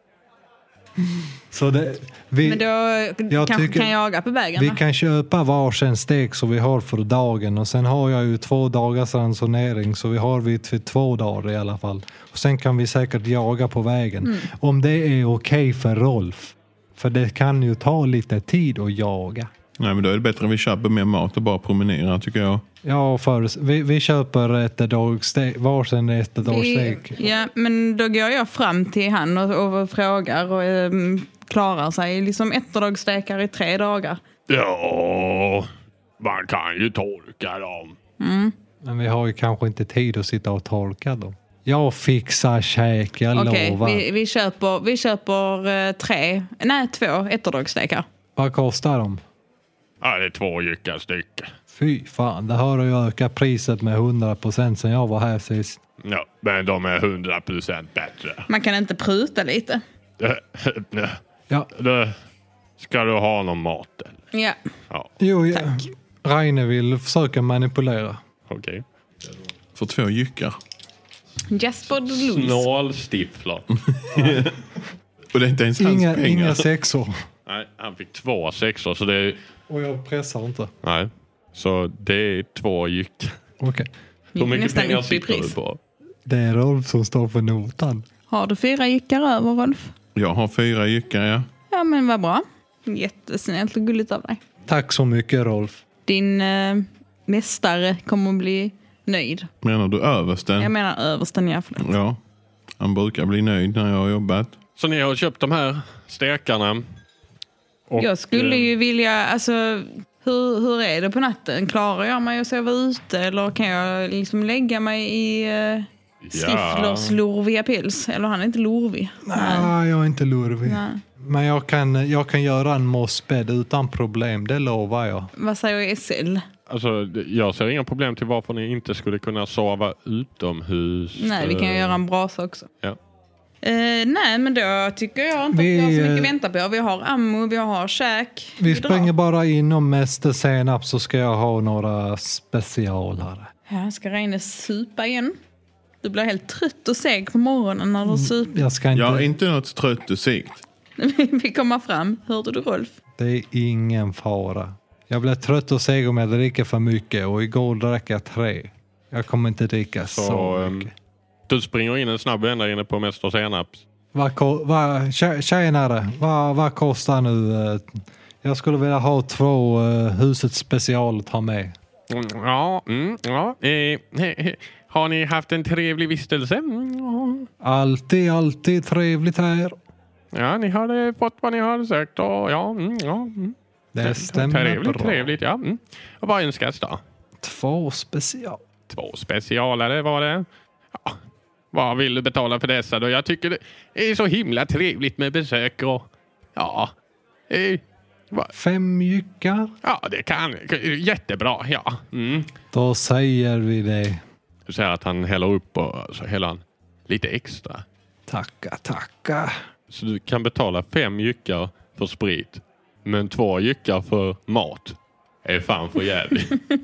Speaker 3: Så det... Vi...
Speaker 6: Men då
Speaker 3: Jag
Speaker 6: kanske
Speaker 3: tycker-
Speaker 6: kan jaga på vägen.
Speaker 3: Vi
Speaker 6: va?
Speaker 3: kan köpa varsin stek så vi har för dagen. Och sen har jag ju två dagars ransonering. Så vi har vi till två dagar i alla fall. Och sen kan vi säkert jaga på vägen.
Speaker 6: Mm.
Speaker 3: Om det är okej för Rolf. För det kan ju ta lite tid att jaga.
Speaker 5: Nej, men då är det bättre att vi köper mer mat och bara promenerar, tycker jag.
Speaker 3: Ja, för, vi, vi köper ett dagstek, varsin ett dagstek.
Speaker 6: Vi, ja, men då går jag fram till han och, och frågar och um, klarar sig liksom etterdagsstekar i tre dagar.
Speaker 4: Ja, man kan ju tolka dem.
Speaker 3: Men vi har ju kanske inte tid att sitta och torka dem. Jag fixar käk, jag
Speaker 6: Okej,
Speaker 3: lovar.
Speaker 6: vi, vi köper, vi köper uh, tre, nej två etterdagsstekar.
Speaker 3: Vad kostar de?
Speaker 4: Ja, det är två jyckar stycke.
Speaker 3: Fy fan, det har ju ökat priset med hundra procent sedan jag var här sist.
Speaker 4: Ja, men de är hundra procent bättre.
Speaker 6: Man kan inte pruta lite.
Speaker 3: Ja,
Speaker 4: Det, ska du ha någon mat eller?
Speaker 6: Ja,
Speaker 4: Ja,
Speaker 3: jo, ja.
Speaker 6: tack.
Speaker 3: Reine vill försöka manipulera.
Speaker 4: okej.
Speaker 5: För två jyckar.
Speaker 6: Jasper Louis.
Speaker 4: Snålstiflor.
Speaker 5: Och det är inte ens hans
Speaker 3: Inga,
Speaker 5: pengar.
Speaker 3: inga sexor.
Speaker 4: Nej, han fick två sexor, så det är...
Speaker 3: Och jag pressar inte.
Speaker 4: Nej, så det är två jyckar.
Speaker 3: Okej.
Speaker 4: Hur mycket
Speaker 6: Nästan
Speaker 4: pengar
Speaker 6: upp i
Speaker 4: sitter du
Speaker 6: pris.
Speaker 4: på?
Speaker 3: Det är Rolf som står för notan.
Speaker 6: Har du fyra jickar över, Rolf?
Speaker 5: Jag har fyra jyckar, ja.
Speaker 6: Ja, men vad bra. Jättesnällt och gulligt av dig.
Speaker 3: Tack så mycket, Rolf.
Speaker 6: Din, eh, mästare kommer att bli nöjd.
Speaker 5: Menar du översten?
Speaker 6: Jag menar översten, ja, förlåt.
Speaker 5: Ja, han brukar bli nöjd när jag har jobbat.
Speaker 4: Så ni har köpt de här stekarna? Och,
Speaker 6: Jag skulle
Speaker 4: eh,
Speaker 6: ju vilja, alltså, hur, hur är det på natten? Klarar jag mig att sova ute eller kan jag liksom lägga mig i uh, Stiflers lurviga päls? Eller han är inte lurvig.
Speaker 3: Nej, jag är inte lurvig.
Speaker 6: Nej.
Speaker 3: Men jag kan, jag kan göra en mossbädd utan problem, det lovar jag.
Speaker 6: Vad säger S L?
Speaker 4: Alltså, jag ser inga problem till varför ni inte skulle kunna sova utomhus.
Speaker 6: Nej, vi kan ju göra en brasa också.
Speaker 4: Ja.
Speaker 6: Eh, nej, men då tycker jag inte
Speaker 3: Vi,
Speaker 6: att vi har så mycket
Speaker 3: eh,
Speaker 6: att vänta på. Vi har ammo, vi har käk.
Speaker 3: Vi
Speaker 6: drar.
Speaker 3: springer bara in om mäster senap så ska jag ha några specialare.
Speaker 6: Ja, ska Reine supa igen? Du blir helt trött och seg på morgonen när du super.
Speaker 3: Jag ska inte...
Speaker 5: Jag är inte något trött och segt.
Speaker 6: Vi kommer fram. Hörde du, Rolf?
Speaker 3: Det är ingen fara. Jag blir trött och seg om jag dricker för mycket och igår drack jag tre. Jag kommer inte dricka så,
Speaker 4: Så, um,
Speaker 3: mycket.
Speaker 4: du springer in en snabb vända inne på Mäster Senaps.
Speaker 3: Vad, ko- vad, tje- tjenare, vad, vad kostar nu? eh, Jag skulle vilja ha två uh, husets special att ta med.
Speaker 4: Mm, ja, mm, ja. Eh, he, he. Har ni haft en trevlig vistelse? Mm,
Speaker 3: Alltid, alltid trevligt här.
Speaker 4: ja, ni har eh, fått vad ni har sökt. Och, ja, mm, ja. Mm.
Speaker 3: Det stämmer
Speaker 4: Trevligt,
Speaker 3: bra.
Speaker 4: trevligt, ja. Mm. Och vad önskas då?
Speaker 3: Två special.
Speaker 4: Två specialare var det. Ja. Vad vill du betala för dessa då? Jag tycker det är så himla trevligt med besök och ja. Eh, va?
Speaker 3: Fem jyckar.
Speaker 4: Ja, det kan. Jättebra, ja. Mm.
Speaker 3: Då säger vi det.
Speaker 4: Du ser att han häller upp och så häller han lite extra.
Speaker 3: Tacka, tacka.
Speaker 4: Så du kan betala fem jyckar för sprit. Men två jyckar för mat. Är fan för jävligt.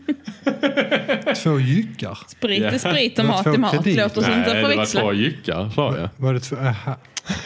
Speaker 3: Två jyckar.
Speaker 6: Sprit är sprit och
Speaker 3: Det var
Speaker 6: mat
Speaker 3: två
Speaker 6: är mat.
Speaker 3: kredit.
Speaker 6: Låt oss
Speaker 4: Nej,
Speaker 6: inte
Speaker 4: det var
Speaker 6: förväxla.
Speaker 4: två jyckar, sa jag.
Speaker 3: Var det två? Aha.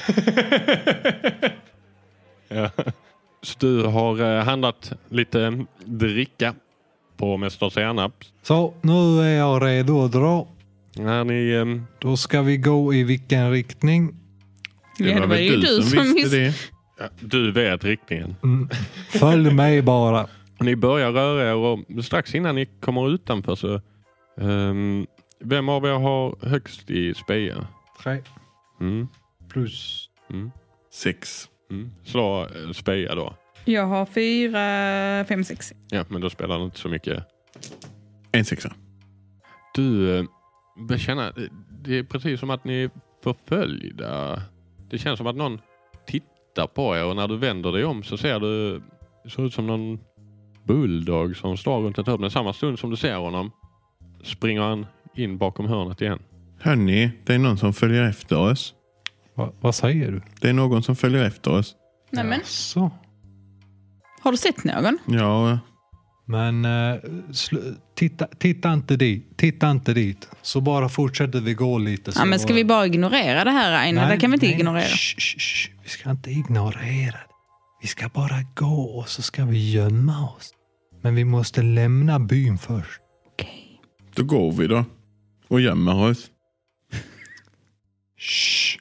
Speaker 4: Ja. Så du har eh, handlat lite dricka på Mäster Senaps.
Speaker 3: Så, nu är jag redo att dra.
Speaker 4: När ni... Eh,
Speaker 3: Då ska vi gå i vilken riktning?
Speaker 6: Ja, det var ju du som
Speaker 5: visste det.
Speaker 4: ja, du vet riktningen.
Speaker 3: Mm. Följ mig bara.
Speaker 4: Ni börjar röra er och strax innan ni kommer utanför så... ehm, vem av er har högst i speja?
Speaker 3: Tre
Speaker 4: Mm.
Speaker 3: plus.
Speaker 4: Mm.
Speaker 5: Sex.
Speaker 4: Mm. Slå eh, speja då.
Speaker 6: Jag har fyra, fem, sex.
Speaker 4: Ja, men då spelar det inte så mycket.
Speaker 5: En sexa.
Speaker 4: Du eh, bekänner, det är precis som att ni är förföljda. Det känns som att någon tittar på er och när du vänder dig om så ser du, det ser ut som någon bulldog som står runt ett hörn. Men samma stund som du ser honom springer han in bakom hörnet igen.
Speaker 5: Hörni, det är någon som följer efter oss.
Speaker 3: Va, vad säger du?
Speaker 5: Det är någon som följer efter oss.
Speaker 6: Nej, men,
Speaker 3: Så.
Speaker 6: har du sett någon?
Speaker 5: Ja,
Speaker 3: Men eh, sl- titta, titta inte dit. Titta inte dit. Så bara fortsätter vi gå lite. Så
Speaker 6: Ja, men ska vi bara ignorera det här, Aina? Det kan vi inte
Speaker 3: nej.
Speaker 6: ignorera.
Speaker 3: Shh, shh, shh. Vi ska inte ignorera det. Vi ska bara gå och så ska vi gömma oss. Men vi måste lämna byn först.
Speaker 6: Okej.
Speaker 5: då går vi då. Och gömmer oss.
Speaker 3: Shh.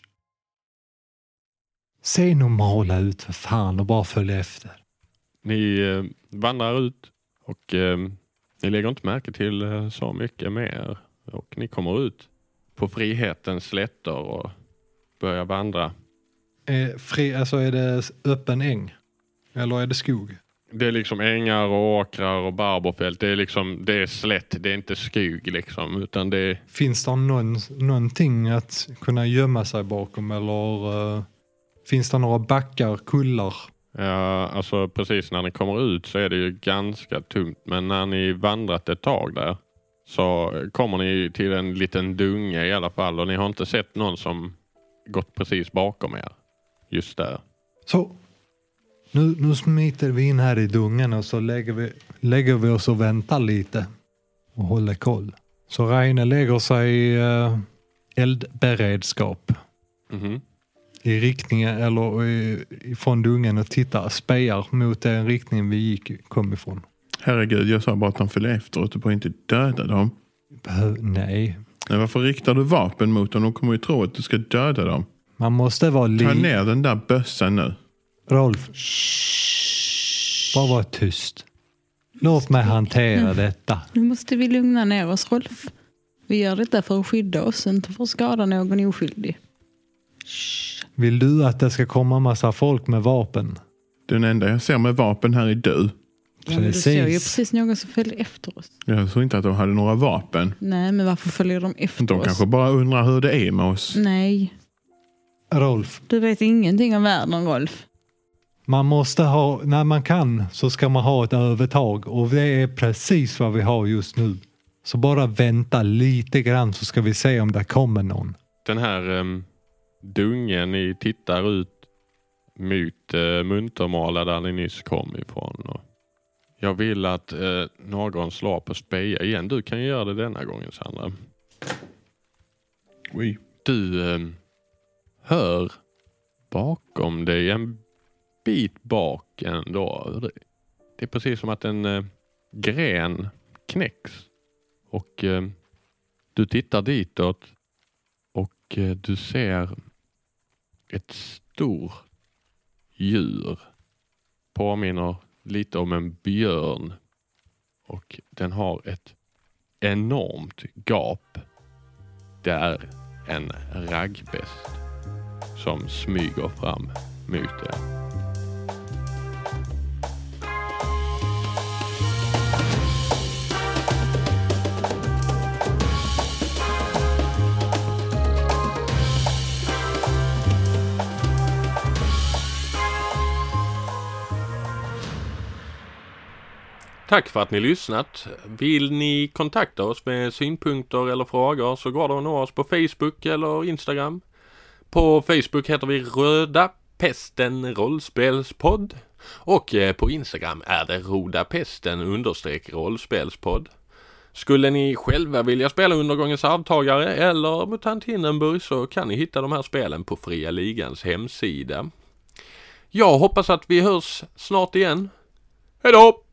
Speaker 3: Se normala ut för fan och bara följ efter.
Speaker 4: Ni eh, vandrar ut och eh, ni lägger inte märke till eh, så mycket mer. Och ni kommer ut på frihetens slätter och börjar vandra.
Speaker 3: Eh, fri, alltså är det öppen äng? Eller är det skog?
Speaker 4: Det är liksom ängar och åkrar och barberfält. Det är liksom, det är slätt, det är inte skog liksom, utan det är...
Speaker 3: Finns det någon, någonting att kunna gömma sig bakom eller uh, finns det några backar, kullar?
Speaker 4: Ja, alltså precis när ni kommer ut så är det ju ganska tungt. Men när ni vandrat ett tag där så kommer ni till en liten dunge i alla fall. Och ni har inte sett någon som gått precis bakom er. Just där.
Speaker 3: Så, nu, nu smiter vi in här i dungen och så lägger vi, lägger vi oss och väntar lite och håller koll. Så Reine lägger sig i uh, eldberedskap
Speaker 4: Mhm.
Speaker 3: i riktningen eller i, ifrån dungen och tittar, spejar mot den riktningen vi gick, kom ifrån.
Speaker 5: Herregud, jag sa bara att de följer efter och du får inte döda dem.
Speaker 3: Behöv, nej,
Speaker 5: Men varför riktar du vapen mot dem? De kommer ju tro att du ska döda dem.
Speaker 3: man måste vara
Speaker 5: Ta
Speaker 3: li...
Speaker 5: ner den där bössan nu.
Speaker 3: Rolf, bara var tyst. Låt mig hantera detta.
Speaker 6: Nu måste vi lugna ner oss, Rolf. Vi gör detta för att skydda oss, inte för att skada någon oskyldig. Shh.
Speaker 3: Vill du att det ska komma massa folk med vapen?
Speaker 5: Den enda jag ser med vapen här är du.
Speaker 6: Ja, men du ser ju precis någon som följer efter oss.
Speaker 5: Jag tror inte att de hade några vapen.
Speaker 6: Nej, men varför följer de efter
Speaker 5: de
Speaker 6: oss?
Speaker 5: De kanske bara undrar hur det är med oss.
Speaker 6: Nej.
Speaker 3: Rolf.
Speaker 6: Du vet ingenting om världen, Rolf.
Speaker 3: Man måste ha, när man kan så ska man ha ett övertag. Och det är precis vad vi har just nu. Så bara vänta lite grann så ska vi se om det kommer någon.
Speaker 4: Den här um, dungen ni tittar ut mot uh, Muntermala där ni nyss kom ifrån. Och jag vill att uh, någon slår på speja igen. Du kan göra det denna gången, Sandra.
Speaker 5: Oui.
Speaker 4: Du um, hör bakom dig en bit bak ändå. Det är precis som att en uh, gren knäcks. Och uh, du tittar ditåt och uh, du ser ett stort djur. Påminner lite om en björn. Och den har ett enormt gap. Det är en raggbäst som smyger fram mot er. Tack för att ni lyssnat. Vill ni kontakta oss med synpunkter eller frågor så går det att nå oss på Facebook eller Instagram. På Facebook heter vi Röda Pesten rollspelspodd och på Instagram är det Roda Pesten understreck rollspelspodd. Skulle ni själva vilja spela Undergångens arvtagare eller Mutant Hindenburg så kan ni hitta de här spelen på Fria Ligans hemsida. Jag hoppas att vi hörs snart igen. Hej då!